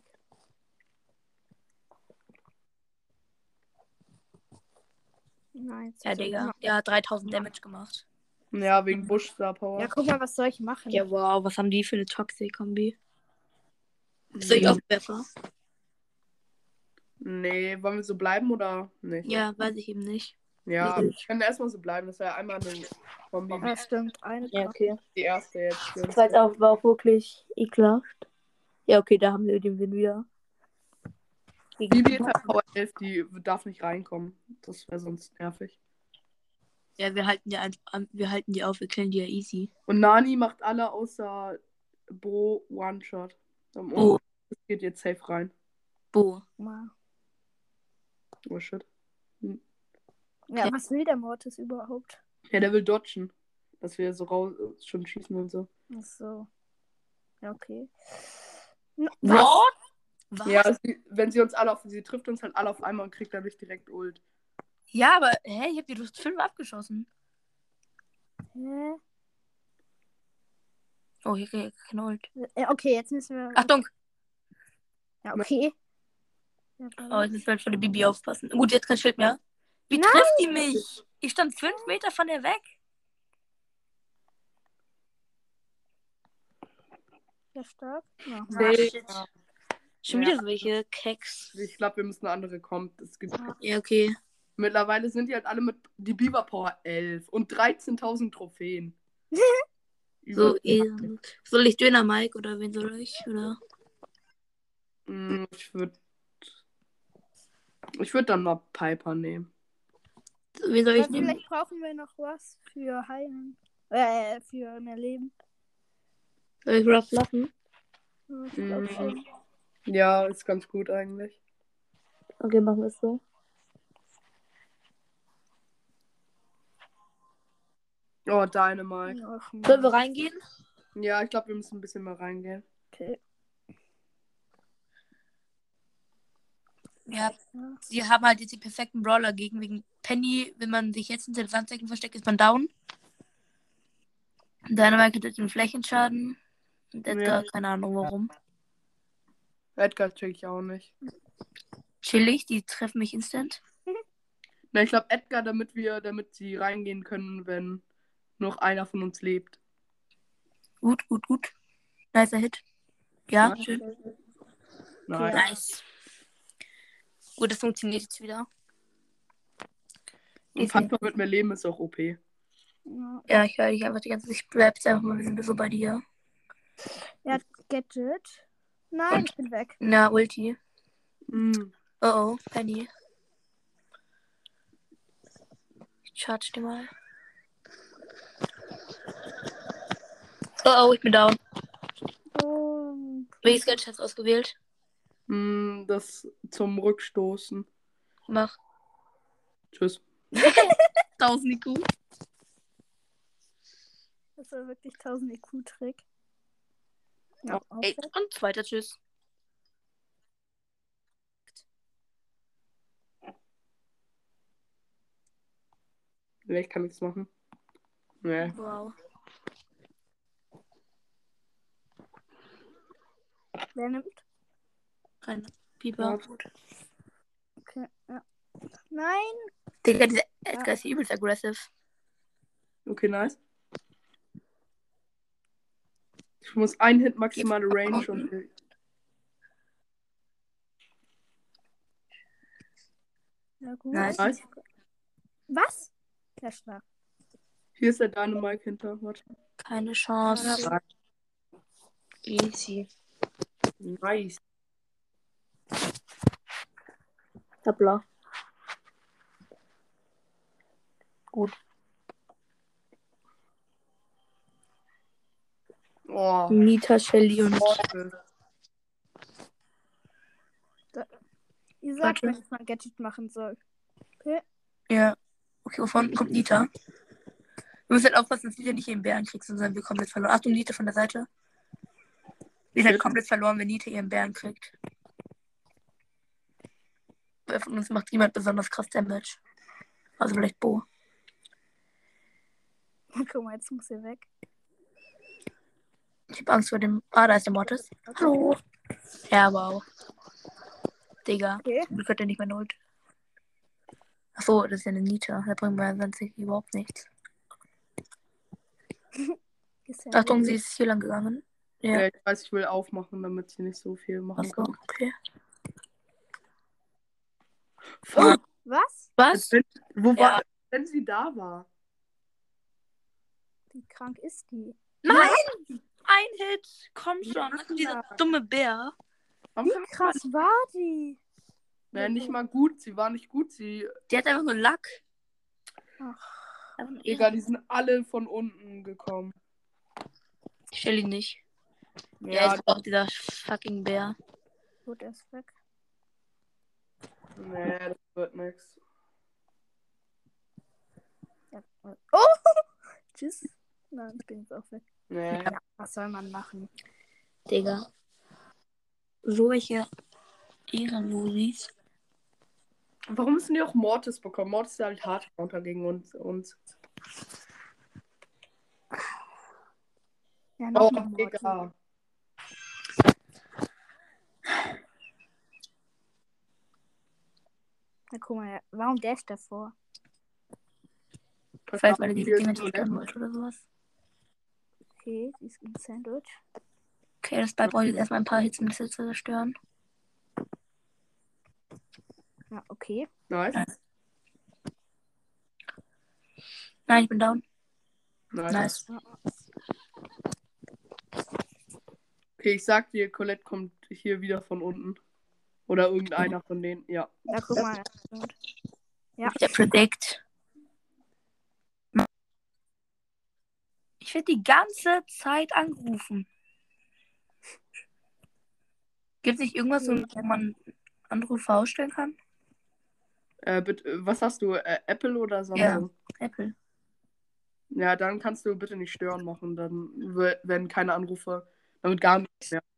Nein, Ja, Digga. Ja, 3000 Damage gemacht. Ja, wegen Bush Star Power. Ja, guck mal, was soll ich machen? Ja, wow. Was haben die für eine Toxic-Kombi? Soll ich auch besser? Nee, wollen wir so bleiben oder nicht? Ja, weiß ich eben nicht. Ja, kann erstmal so bleiben. Das war ja einmal eine Kombi. Ja, stimmt. Eine Ja, okay. Die erste jetzt. Für uns. Das war auch wirklich ekelhaft. Ja, okay, da haben wir den Win wieder. Bibi ist halt Power 11, die darf nicht reinkommen. Das wäre sonst nervig. Ja, wir halten die auf, wir killen die ja easy. Und Nani macht alle außer Bo One-Shot. Bo. Das geht jetzt safe rein. Bo. Wow. Oh shit. Ja, was will der Mortis überhaupt? Ja, der will dodgen. Dass wir so raus schon schießen und so. Ach so. Ja, okay. Was? Ja, wenn sie trifft uns halt alle auf einmal und kriegt dadurch direkt Ult. Ja, aber, ich hab die durch 5 abgeschossen. Hä? Oh, hier krieg ich keine Ult. Ja, okay, jetzt müssen wir. Achtung! Ja, okay. Ja, Oh, jetzt müssen wir halt von der Bibi aufpassen. Gut, jetzt kein Schild mehr. Wie trifft die mich? Ich stand 5 Meter von der weg. sehr stark. Ja. Ah, shit. Schon wieder so welche Keks. Ich glaube, wir müssen eine andere kommen. Ja, okay. Mittlerweile sind die halt alle mit die Beaver Power 11 und 13.000 Trophäen. So, soll ich Döner Mike oder wen soll ich? Oder? Ich würde dann mal Piper nehmen. Wen soll ich Aber nehmen? vielleicht brauchen wir noch was für Heilen. Für mehr Leben. Soll ich Ruff lassen? Ja, ich glaub schon. Ja, ist ganz gut eigentlich. Okay, machen wir es so. Oh, Dynamite. Ach, Sollen wir reingehen? Ja, ich glaube, wir müssen ein bisschen mal reingehen. okay. Ja, sie haben halt jetzt die perfekten Brawler wegen Penny. Wenn man sich jetzt hinter den Sandsäcken versteckt, ist man down. Dynamite hat jetzt den Flächenschaden. Und Edgar, keine Ahnung warum. Edgar check ich auch nicht. Chillig, die treffen mich instant. Na, ich glaube Edgar, damit sie reingehen können, wenn noch einer von uns lebt. Gut. Nicer Hit. Ja, Nice. schön. Nein. Nice. Gut, das funktioniert jetzt wieder. Und Faktor mit mehr Leben ist auch OP. Ja, ich höre dich einfach die ganze Zeit. Ich bleib jetzt einfach mal ein bisschen so bei dir. Er hat Gadget. Nein, ich bin weg. Na, Ulti. Oh, Penny. Ich charge dir mal. Oh, ich bin down. Welches Gadget hast du ausgewählt? Das zum Rückstoßen. Mach. Tschüss. 1000 IQ. Das war wirklich 1000 IQ-Trick. Ja, okay. Und zweiter Tschüss. Vielleicht kann ich es machen. Nee. Wow. Wer nimmt? Keine Pieper. Okay, ja. Nein! Digga, dieser Edgar ist hier übelst aggressive. Okay, nice. Ich muss einen Hit maximale Range und. Ja, gut. Nice. Was? Ja, stark. Hier ist der Dynamite hinter. Warte. Keine Chance. Ja. Easy. Nice. Hoppla. Gut. Oh. Nita, Shelly und... Ihr sagt, wenn ich mal ein Gadget machen soll. Okay. Ja. Okay, wovon kommt Nita? Du musst halt aufpassen, dass Nita nicht ihren Bären kriegst, sonst sind wir komplett verloren. Achtung, Nita von der Seite. Wir sind halt komplett verloren, wenn Nita ihren Bären kriegt. Wer von uns macht jemand besonders krass Damage? Also vielleicht Bo. Guck mal, jetzt muss er weg. Ich hab Angst vor dem... Ah, da ist der Mortis. Hallo. Ja, wow. Digga. Okay. Du könnt ja nicht mehr Not. Achso, das ist ja eine Nita. Da bringt man sonst überhaupt nichts. Achtung, sie ist hier lang gegangen. Ja. Ich weiß, ich will aufmachen, damit sie nicht so viel machen kann. Achso, okay. Fuck. Was? Was? Wo war... wenn sie da war. Wie krank ist die? Nein! Ein Hit! Komm schon, das ist dieser dumme Bär. Warum Wie kann man krass war die? naja, nicht mal gut. Sie war nicht gut. Die hat einfach nur Lack. Ach, Einfach nur Digga, die sind alle von unten gekommen. Ich stell ihn nicht. Ja, ist auch dieser fucking Bär. gut, er ist weg. nee, das wird nix. Ja. Oh! Tschüss. Nein, ich bin jetzt auch weg. Nee. Ja, was soll man machen? Digga. Solche Ehrenlosis. Warum müssen die auch Mortis bekommen? Mortis ist halt hart runter gegen uns. Ja, Oh, noch ein Mord. Digga. Na, guck mal, warum der ist davor? Vielleicht, weil er die Hier Dinger ist nicht stören wollte oder sowas. Okay, sie ist ein Sandwich. Okay, das bleibt heute erstmal ein paar Hits, um das jetzt zu zerstören. Ja, okay. Nice. Nein, ich bin down. Nice. Nice. Okay, ich sag dir, Colette kommt hier wieder von unten. Oder irgendeiner von denen, ja. Ja, guck mal. Ja. Der Predict. Ich werde die ganze Zeit angerufen. Gibt es nicht irgendwas, wo man Anrufe ausstellen kann? Bitte, was hast du? Apple oder Samsung? Ja, Apple. Ja, dann kannst du bitte nicht stören machen. Dann werden keine Anrufe. Damit gar nichts mehr.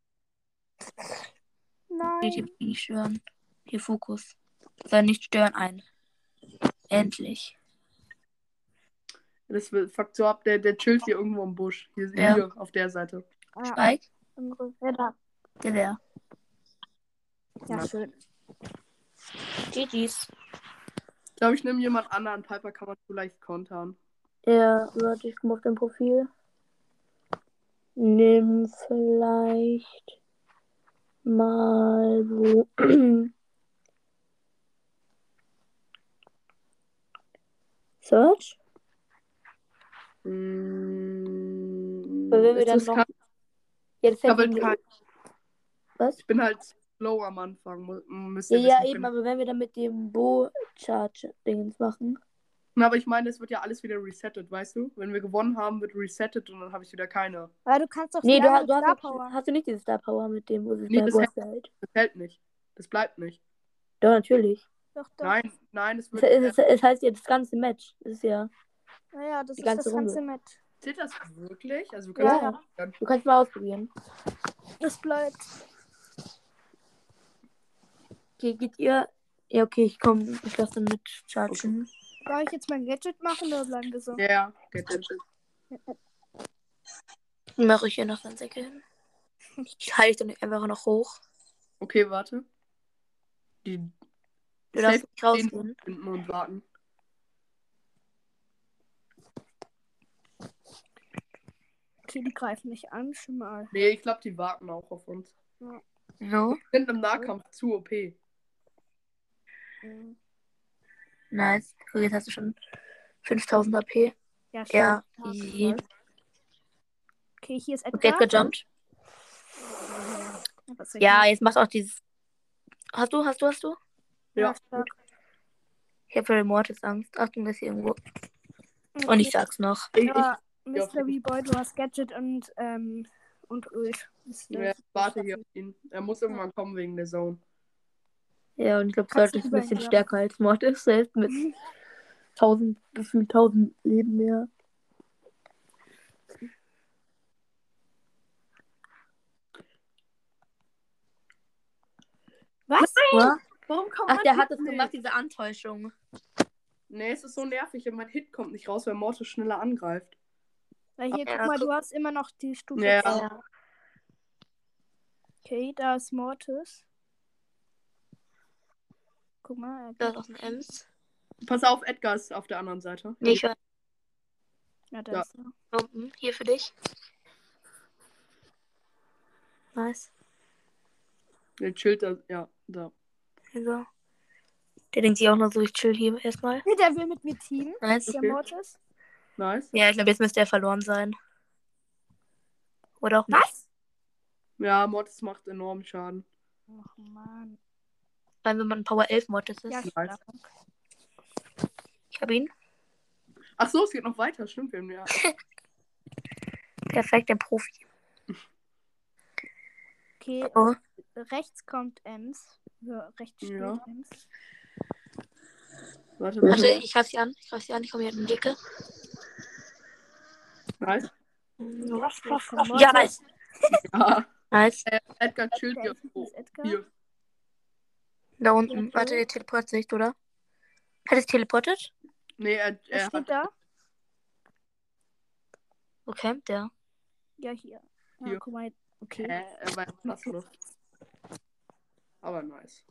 Nein. Hier nicht stören. Hier Fokus. Soll nicht stören ein. Endlich. Das fuckt so ab, der chillt hier irgendwo im Busch. Ja. Hier auf der Seite. Ah, Spike? ja, da. Der. Ja, Ja. schön. GG's. Ich glaube, ich nehme jemand anderen. Piper kann man vielleicht kontern. Ja, warte, ich komme auf dein Profil. Nimm vielleicht mal so. Search? Weil wenn wir dann noch. Ja, das fällt halt kein... Was? Ich bin halt slow am Anfang. Ja, eben, aber wenn wir dann mit dem Bo-Charge-Dingens machen. Aber ich meine, es wird ja alles wieder resettet, weißt du? Wenn wir gewonnen haben, wird resettet und dann habe ich wieder keine. Weil du kannst doch Nee, du hast Star Power. hast du nicht diese Star Power mit dem, wo sie Nee, das hält? Das hält nicht. Das bleibt nicht. Doch, natürlich. Doch. Nein, es wird. Es heißt ja das ganze Match. Das ist ja. Naja, das die ist ganze das ganze Runde. Match. Zählt das wirklich? Also, Ja. Du kannst mal ausprobieren. Das bleibt. Okay, geht ihr. Ja, okay, ich lasse dann mit chargen. Soll ich jetzt mein Gadget machen oder bleiben wir so? Ja, Gadget. Mache ich hier noch einen Säcke hin. Ich halte ich dann einfach noch hoch. Okay, warte. Die Du darfst nicht rausgehen. finden und warten. Okay, die greifen nicht an, schon mal. Nee, ich glaube, die warten auch auf uns. Ja. So. Die sind im Nahkampf zu OP. Nice. So, jetzt hast du schon 5000 AP. Ja, Ja, easy. Okay, hier ist Okay, Edgar. jetzt gejumpt. Ja, jetzt machst du auch dieses. Hast du? Ja. Stark. Ich habe vor dem Mortis Angst. Achtung, das ist hier irgendwo. Okay. Und ich sag's noch. Ja, Mystery Boy, du hast Gadget und Ult. Warte hier auf ihn. Er muss irgendwann kommen wegen der Zone. Ja, und ich glaube, Kannst Search ist du ein bisschen übernehmen. stärker als Mortis, selbst mit 1000 Leben mehr. Was? Ja? Warum kommt Ach, der hat Hit es gemacht, diese Antäuschung. Nee, es ist so nervig. Mein Hit kommt nicht raus, weil Mortis schneller angreift. Weil hier, Ja, guck mal, du hast immer noch die Stufe. Ja. 2. Okay, da ist Mortis. Guck mal. Da ist auch ein Ems. Pass auf, Edgar ist auf der anderen Seite. Nee, ich höre. Ja, da Ja. ist er. Hier für dich. Nice. Der chillt da. Ja, da. So. Der denkt sich auch noch so, ich chill hier erstmal. Nee, der will mit mir teamen. Nice. Der Okay. Mortis. Nice. Ja, ich glaube, jetzt müsste er verloren sein. Oder auch nicht. Was? Ja, Mortis macht enorm Schaden. Ach man. Weil wenn man ein Power 11 Mortis ist. Ja, Nice. stark. Ich habe ihn. Ach so, es geht noch weiter. Stimmt, wir haben ja. Perfekt, der Profi. Okay, Oh. rechts kommt Ems. Ja, rechts steht Ja. Ems. Warte, Warte, warte. ich greife sie an. Ich komme hier in die Dicke. Nice. Ja, nice. Ja. Nice. Edgar chillt Der hier. ist Oh, Edgar. hier. Da unten. Okay. Warte, der teleportiert sich, oder? Hat es teleportet? Nee, Er er steht hat. da. Wo campt der? Ja, hier. Ja, Hier. guck mal. Okay. Er war in Platzluft. Aber nice.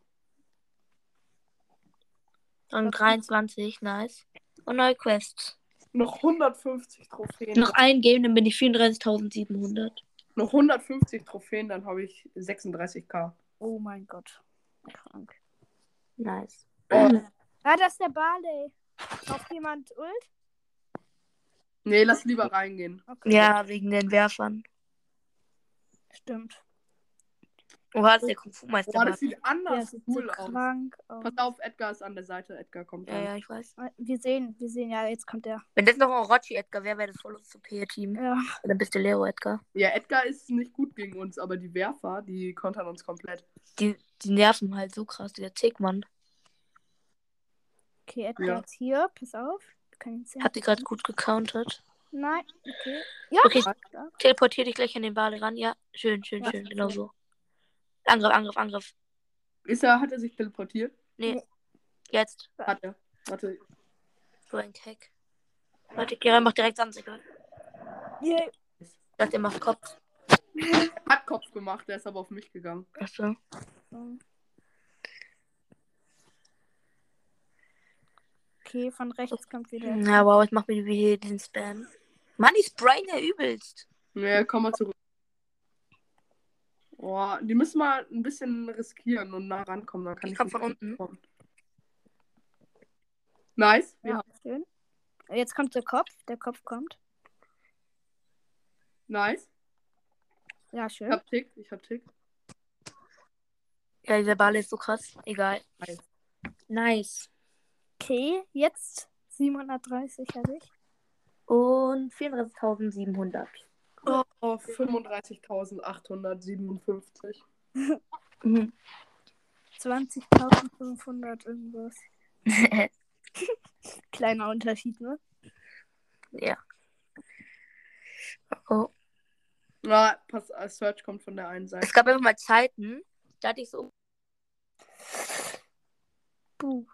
Und 23, nice. Und neue Quests. Noch 150 Trophäen. Noch ein Game, dann bin ich 34.700. Noch 150 Trophäen, dann habe ich 36k. Oh mein Gott. Krank. Nice. Oh. Ah, das ist der Barley. Braucht jemand Ult? Nee, lass lieber reingehen. Okay. Ja, wegen den Werfern. Stimmt. Oha, das ist der Kung-Fu-Meister. Boah, das sieht Der anders sieht cool so aus. krank aus. Pass auf, Edgar ist an der Seite. Edgar kommt Ja, rein. ja, ich weiß. Wir sehen. Ja, jetzt kommt der. Wenn das noch ein Orochi-Edgar wäre, wäre das voll das OP-Team. Ja. Dann bist du Lero-Edgar. Ja, Edgar ist nicht gut gegen uns, aber die Werfer, die kontern uns komplett. Die nerven halt so krass, dieser Tickmann. Okay, Edgar Ja. ist hier. Pass auf. Du kannst ihn Hat die gerade gut gecountert. Nein. Okay. Ja. Okay, stark. teleportier dich gleich an den Ball ran. Ja, schön, Ja, genau okay. so. Angriff. Hat er sich teleportiert? Nee, Nee. jetzt. Hat er. Warte. So ein Keck. Warte, Kira macht direkt Sandsäcke. Yeah. Ich dachte, er macht Kopf. Hat Kopf gemacht, der ist aber auf mich gegangen. Achso. Okay, von rechts kommt wieder. Na wow, ich mach mir wieder diesen Spam. Mann, die sprayen ja übelst. Ja, komm mal zurück. Oh, die müssen mal ein bisschen riskieren und nah rankommen. Dann kann Ich ich komm nicht von unten. kommen. Nice. Wir Ja, haben, schön. Jetzt kommt der Kopf. Der Kopf kommt. nice. Ja, Ich schön. hab Tick. Ja, dieser Ball ist so krass. Egal. Nice. Okay, jetzt 730 habe ich. Und 34.700. Oh, 35.857. Mhm. 20.500 irgendwas. Kleiner Unterschied, ne? Ja. Oh. Na, Search kommt von der einen Seite. Es gab immer mal Zeiten, da hatte ich so. Buh.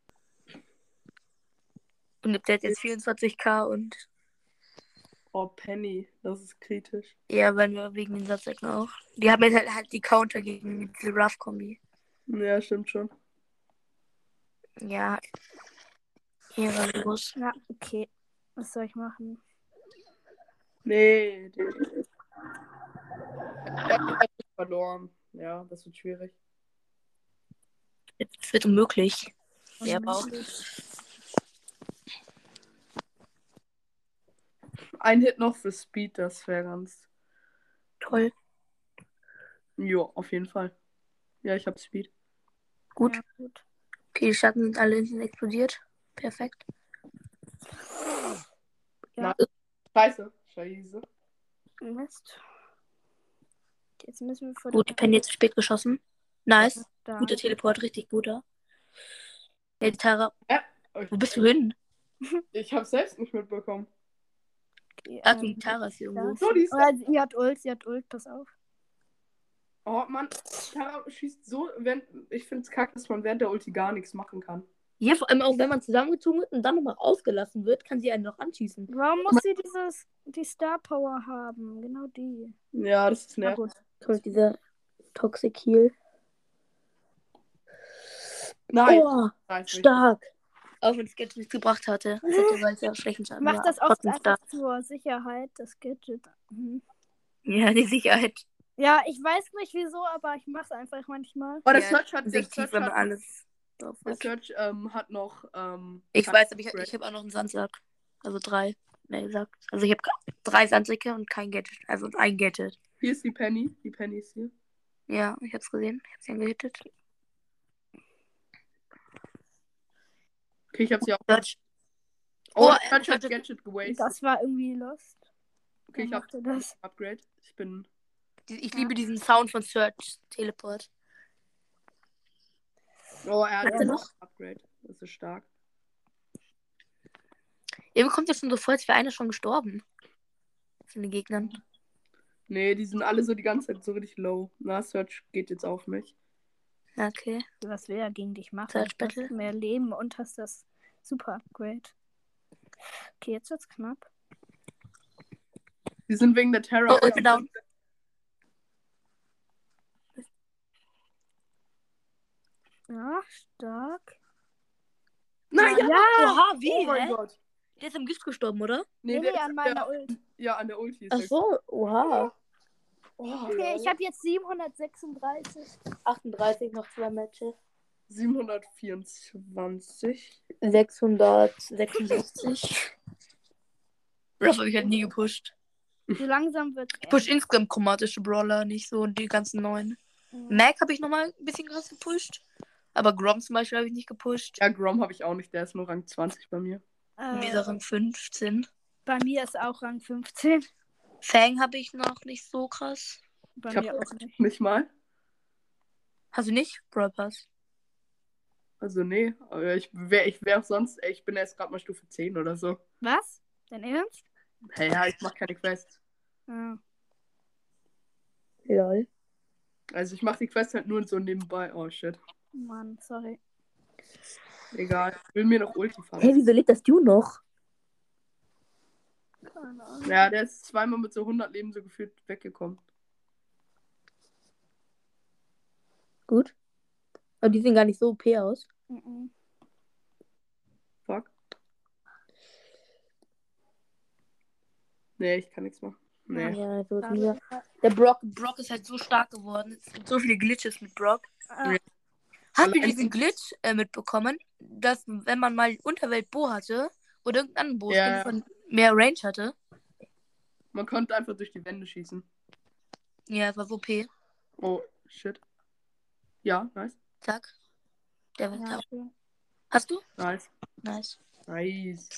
Und der hat jetzt 24k und. Oh, Penny, das ist kritisch. Ja, wenn wir wegen den Sandsäcken auch. Die haben jetzt halt die Counter gegen diese Rough-Kombi. Ja, stimmt schon. Ja. Hier war los. Ja, okay. Was soll ich machen? Nee. Er hat verloren. Ja, das wird schwierig. Es wird unmöglich. Ja, aber auch. Ein Hit noch für Speed, das wäre ganz. Toll. Jo, auf jeden Fall. Ja, ich hab Speed. Gut. Ja, gut. Okay, die Schatten sind alle hinten explodiert. Perfekt. Ja. Scheiße. Mist. Jetzt müssen wir vor Gut, die Penny jetzt spät geschossen. Nice. da. Guter Teleport, richtig guter. Ja, die Tara. Ja, Wo bist du hin? ich hab's selbst nicht mitbekommen. Okay, Ach, die Tara ist hier irgendwo. So, die ist da. oh, sie hat Ult, pass auf. Oh Mann, Tara schießt so, ich find's kacke, dass man während der Ulti gar nichts machen kann. Ja, vor allem auch, wenn man zusammengezogen wird und dann nochmal ausgelassen wird, kann sie einen noch anschießen. Warum muss sie die Star Power haben? Genau die. Ja, das ist Na nervig. gut. Kommt dieser Toxic Heal. Nein, Oh, nice, stark. Auch wenn das Gadget nichts gebracht hatte. Das hätte, weil es ja schlechten Schaden Mach war. das oft Trotzdem einfach stark. zur Sicherheit, das Gadget. Mhm. Ja, die Sicherheit. Ja, ich weiß nicht wieso, aber ich mach's einfach manchmal. Oh, der Ja, Search hat Sektiv, wenn man alles. Auf Der was? Search hat noch. Ich weiß, aber ich habe auch noch einen Sandsack. Also 3, mehr gesagt. Also ich habe 3 Sandsäcke und kein Gadget. Also ein Gadget. Hier ist die Penny. Die Penny ist hier. Ja, ich hab's gesehen. Ich hab's gehittet. Okay, ich habe sie auch. Search. Oh, Oh, der Search hat Search- Gadget gewastet. Das war irgendwie lost. Okay, ich Wer habe machte das? Upgrade. Ich bin. Ich liebe diesen Sound von Search Teleport. Oh, er hat Hat er noch? Upgrade. Das ist stark. Irgendwie kommt das schon so vor, als wäre einer schon gestorben. Von den Gegnern. Nee, die sind alle so die ganze Zeit so richtig low. Na, Search geht jetzt auf mich. Okay. Was will er gegen dich machen? Search Du hast Battle. mehr Leben und hast das Super Upgrade. Okay, jetzt wird's knapp. Die sind wegen der Terra. Oh, ich bin down. Ja, stark. Nein, ja! Oha, wie? Oh mein Hä? Gott. Der ist am Gift gestorben, oder? Nee, der ist an meiner Ult. Ja, an der Ulti ist Ach er. so, oha. Oh, Okay, ich habe jetzt 736. 38, noch 2 Matches. 724. 666. Das habe ich halt nie gepusht. So langsam wird's Ich push insgesamt chromatische Brawler, nicht so die ganzen neuen. Mac habe ich nochmal ein bisschen krass gepusht. Aber Grom zum Beispiel habe ich nicht gepusht. Ja, Grom habe ich auch nicht. Der ist nur Rang 20 bei mir. Mir Rang 15. Bei mir ist auch Rang 15. Fang habe ich noch nicht so krass. Bei Ich mir habe auch nicht. nicht mal. Hast du nicht? Brawl Pass. Also, nee. Aber ich wäre auch sonst. Ich bin erst gerade mal Stufe 10 oder so. Was? Dein Ernst? Hey, ja, ich mache keine Quests. Ja. Lol. Also, ich mache die Quests halt nur so nebenbei. Oh, shit. Mann, sorry. Egal. Ich will mir noch Ulti fahren. Hey, wieso lebt das du noch? Keine Ahnung. Ja, der ist zweimal mit so 100 Leben so gefühlt weggekommen. Gut. Aber die sehen gar nicht so OP aus. Mhm. Fuck. Nee, ich kann nichts machen. Nee. Ja, so ist Schade. mir. Der Brock ist halt so stark geworden. Es gibt so viele Glitches mit Brock. Ah, Hast du Allein- diesen Glitch mitbekommen, dass wenn man mal Unterwelt Bo hatte oder irgendeinen anderen Bo, Ja. von mehr Range hatte? Man konnte einfach durch die Wände schießen. Ja, das war so OP. Oh, shit. Ja, nice. Zack. Der war ja, schön. Hast du? Nice. Nice. Nice.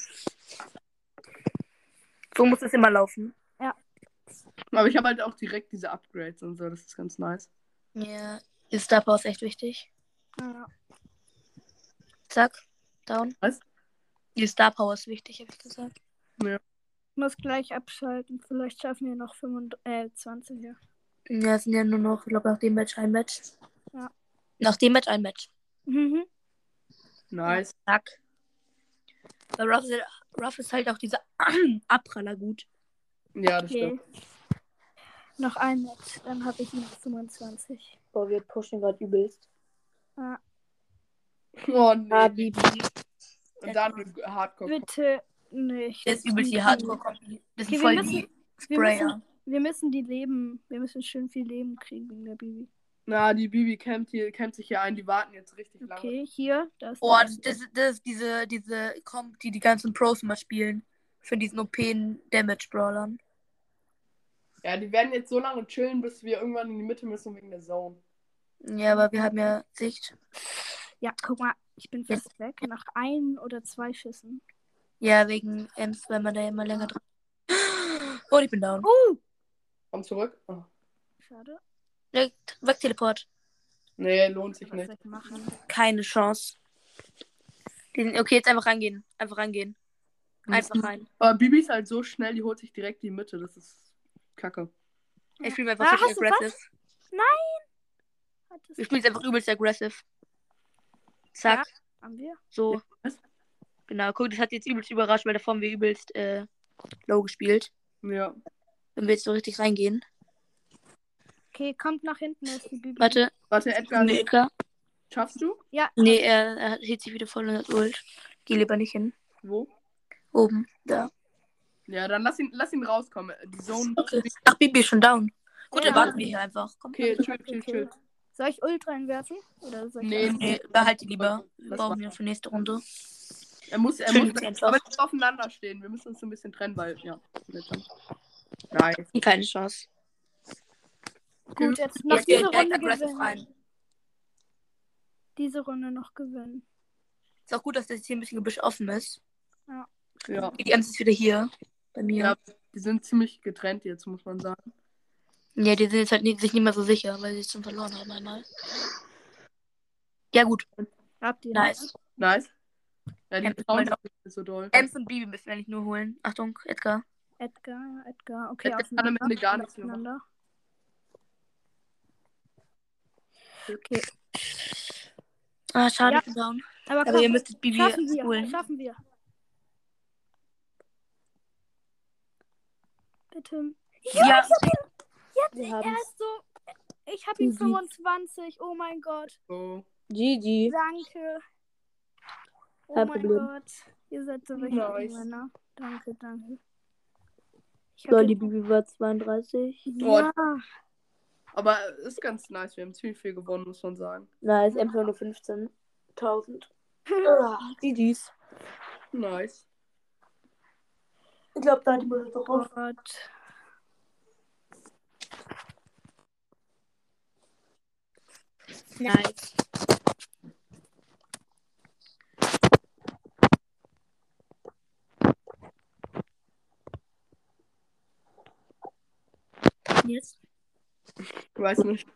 So muss es immer laufen. Aber ich habe halt auch direkt diese Upgrades und so. Das ist ganz nice. Ja, ist Star Power ist echt wichtig. Ja. Zack. Down. Was? Die Star Power ist wichtig, habe ich gesagt. Ich muss gleich abschalten. Vielleicht schaffen wir noch 25. Ja. Ja, es sind ja nur noch, ich glaube, nach dem Match ein Match. Ja. Nach dem Match ein Match. Mhm. Nice. Zack. Bei Ruff ist halt auch dieser Abpraller gut. Ja, das Okay. stimmt. Noch ein Match, dann habe ich ihn auf 25. Boah, wir pushen gerade übelst. Ja. Oh, nee. Ah, Bibi. Und dann Hardcore. Bitte nicht. Der ist übelst die Hardcore. Das Okay, ist wir voll müssen- die Wir Sprayer. müssen die Leben. Wir müssen schön viel Leben kriegen wegen der Bibi. Na, die Bibi campt sich hier ein. Die warten jetzt richtig lange. Okay, hier. Das Oh, das ist diese Comp, die ganzen Pros immer spielen. Für diesen OP-Damage-Brawlern. Ja, die werden jetzt so lange chillen, bis wir irgendwann in die Mitte müssen wegen der Zone. Ja, aber wir haben ja Sicht. Ja, guck mal, ich bin fast weg. Nach 1 oder 2 Schüssen. Ja, wegen Ems, weil man da immer länger dran. Oh, ich bin down. Komm zurück. Oh. Schade. Wegteleport. Nee, lohnt sich Was nicht. soll ich machen? Keine Chance. Okay, jetzt einfach rangehen. Einfach rangehen. Einfach rein. Aber Bibi ist halt so schnell, die holt sich direkt die Mitte. Das ist kacke. Ich spiele einfach richtig hast du aggressive. Hat es Ich spiele jetzt einfach übelst aggressive. Zack. haben wir? So. Was? Genau, guck, das hat jetzt übelst überrascht, weil davor haben wir übelst low gespielt. Ja. Wenn wir jetzt so richtig reingehen. Okay, kommt nach hinten, da ist die Bibi. Warte. Warte, Edgar, Nee, Edgar. schaffst du? Ja. Nee, er hielt sich wieder voll in das Ult. Geh lieber nicht hin. Wo? Oben. Da. Ja, dann lass ihn rauskommen. Die Zone. Okay. Ach, Bibi ist schon down. Gut, Ja. dann warten wir hier einfach. Komm. Okay, chill. Soll ich Ult reinwerfen? Oder soll ich Nee, Nee, behalt die lieber. Wir Das brauchen war- ihn für nächste Runde. Er muss einfach. aber nicht aufeinander stehen. Wir müssen uns so ein bisschen trennen, weil, ja. Nice. Keine Chance. Gut, jetzt noch Jetzt diese direkt Runde aggressive gewinnen. rein. Diese Runde noch gewinnen. Ist auch gut, dass das hier ein bisschen Gebüsch offen ist. Ja. Die ganze ist wieder hier. Bei mir. Ja, die sind ziemlich getrennt jetzt, muss man sagen. Ja, die sind jetzt halt sich nicht mehr so sicher, weil sie es schon verloren haben einmal. Ja, gut. Habt ihr? Nice. Nice. Ja, die Ems trauen mal sich nicht so doll. Ems und Bibi müssen wir eigentlich nur holen. Achtung, Edgar. Edgar. Okay, Edgar kann am Ende gar nichts mehr auseinander. Okay. Ah, schade, Ja. ich bin down. Aber Aber komm, ihr müsstet Bibi schaffen holen. wir. Bitte. Ja. Wir haben Er ist so. Ich hab ihn GG. 25. Oh mein Gott. So. GG. Danke. Oh Kein mein Problem. Gott. Ihr seid so Nice. richtig Männer. Danke. Ich hab Dolly jetzt- Bibi war 32. Ja. Aber ist ganz nice. Wir haben ziemlich viel gewonnen, muss man sagen. Nice, Ems war nur 15.000. GG's. Nice. Ich glaube, da hat die Mutter doch Oh auf. Gott. Nice. Jetzt. Ich weiß nicht.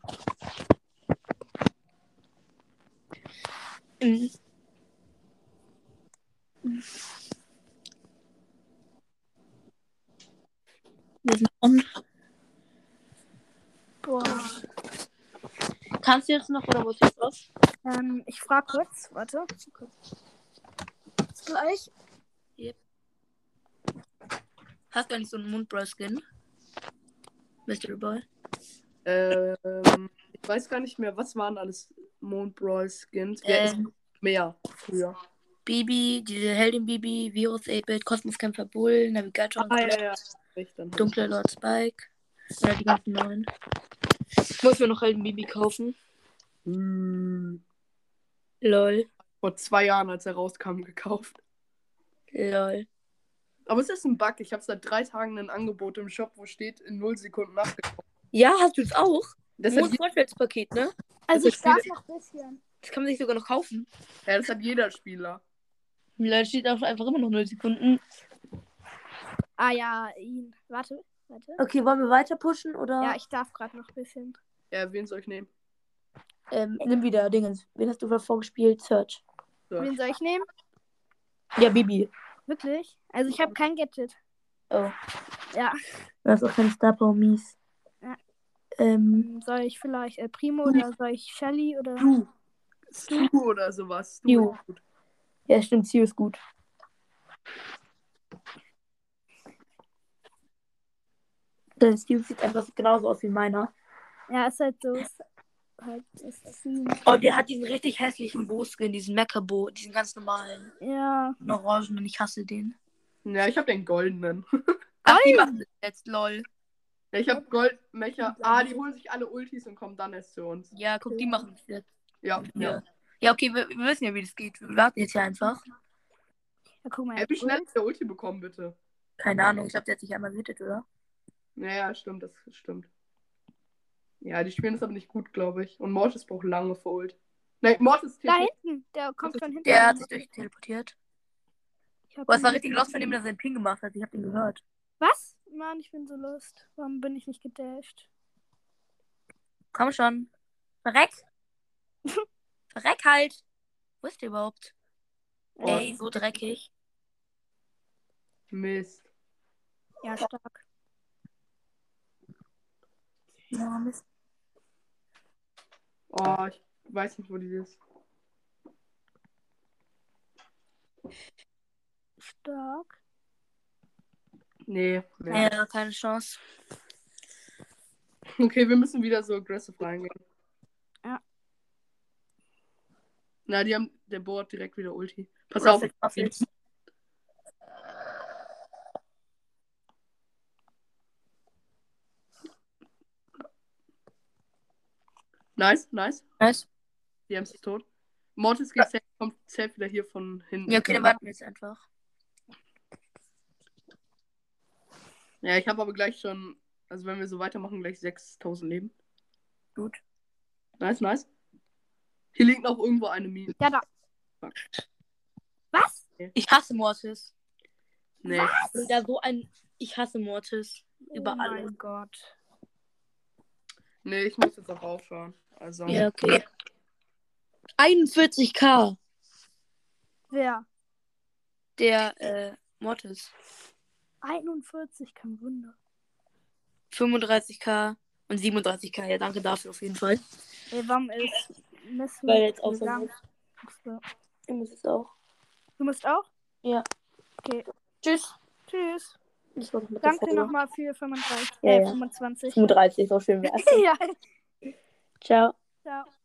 Mhm. Wir sind on. Boah. Kannst du jetzt noch oder muss ich jetzt raus? Ich frag kurz. Warte. Bis gleich. Hast du eigentlich so einen Mundbrow-Skin? Mystery Boy? Ich weiß gar nicht mehr, was waren alles Mondbrawl-Skins? Wer ist mehr früher? Bibi, diese Heldin Bibi, Virus 8-Bit, Kosmoskämpfer Bull, Navigator und Ja. Dann. Dunkler Lord Spike. Oder die ganzen neuen. Muss mir noch Heldin Bibi kaufen. Lol. Vor 2 Jahren, als er rauskam, gekauft. Lol. Aber es ist ein Bug. Ich habe seit 3 Tagen ein Angebot im Shop, wo steht in 0 Sekunden abgekauft. Ja, hast du es auch? Das Muss hat, Vorstellungspaket, ne? Also Das ich darf ist- noch ein bisschen. Das kann man sich sogar noch kaufen. das hat jeder Spieler. Da steht auch einfach immer noch 0 Sekunden. Ah ja, ihn. Warte. Okay, wollen wir weiter pushen oder? Ja, ich darf gerade noch ein bisschen. Ja, wen soll ich nehmen? Nimm wieder Dingens. Wen hast du vorgespielt? Search. So. Wen soll ich nehmen? Ja, Bibi. Wirklich? Also ich habe kein Gadget. Oh. Ja. Du hast auch keinen Star Power Mies. Ja. Ähm, Soll ich vielleicht Primo oder soll ich Shelly oder Stu oder sowas. Stu. ist gut. ja, stimmt, Stu ist gut. Der Stu sieht einfach genauso aus wie meiner. Ja, ist halt so. Ist ihn. Oh, der hat diesen richtig hässlichen Bo-Skin, diesen Mecha-Bo, diesen ganz normalen. Ja. Den Orangen und ich hasse den. Ja, ich habe den goldenen. Ach, die machen das jetzt, lol. Ja, ich habe Goldmecher. Ah, die holen sich alle Ultis und kommen dann erst zu uns. Ja, guck, die machen das jetzt. Ja. Ja, okay, wir wissen ja, wie das geht. Wir warten jetzt hier einfach. Ja, guck mal. Ey, wie schnell ist der Ulti bekommen, bitte? Keine Ahnung, ich glaube, der hat sich einmal gehittet, oder? Ja, stimmt, das stimmt. Ja, die spielen das aber nicht gut, glaube ich. Und Mortis braucht lange für Ult. Nein, Mortis Da hinten. Der kommt von hinten. Der hat sich durchteleportiert. Ich hab Boah, es war ihn- richtig lost von dem, dass er einen Ping gemacht hat. Ich hab den gehört. Was? Mann, ich bin so lost. Warum bin ich nicht gedasht? Komm schon. Verreck. Verreck halt. Wo ist der überhaupt? Oh, Ey, so dreckig. Mist. Ja, stark. Ja, Mist. Oh, ich weiß nicht, wo die ist. Stark. Nee. Ja, keine Chance. Okay, wir müssen wieder so aggressive reingehen. Ja. Na, der Board direkt wieder Ulti. Pass Oder auf. vielleicht Muffins. Nice. Nice. Die Ems ist tot. Mortis gegen Safe kommt Safe wieder hier von hinten. Ja, okay, dann warten wir jetzt einfach. Ja, ich habe aber gleich schon, also wenn wir so weitermachen, gleich 6000 Leben. Gut. Nice. Hier liegt noch irgendwo eine Mine. Ja, da. Fuck. Was? Ich hasse Mortis. Nee. Da so ein. Ich hasse Mortis. Über Oh alles. mein Gott. Nee, ich muss jetzt auch aufhören. Also. Ja, okay. 41k. Wer? Der, Mortis. 41, kein Wunder. 35k und 37k. Ja, danke dafür auf jeden Fall. Ey, warum ist Messi Weil jetzt auch so gegangen? muss. Ich muss jetzt auch. Du musst auch? Ja. Okay. Tschüss. Tschüss. Ich war noch mit Danke der Folge. nochmal für 35. Ja, ja. 25. 35, so schön wär's. Ja. Ciao. Ciao.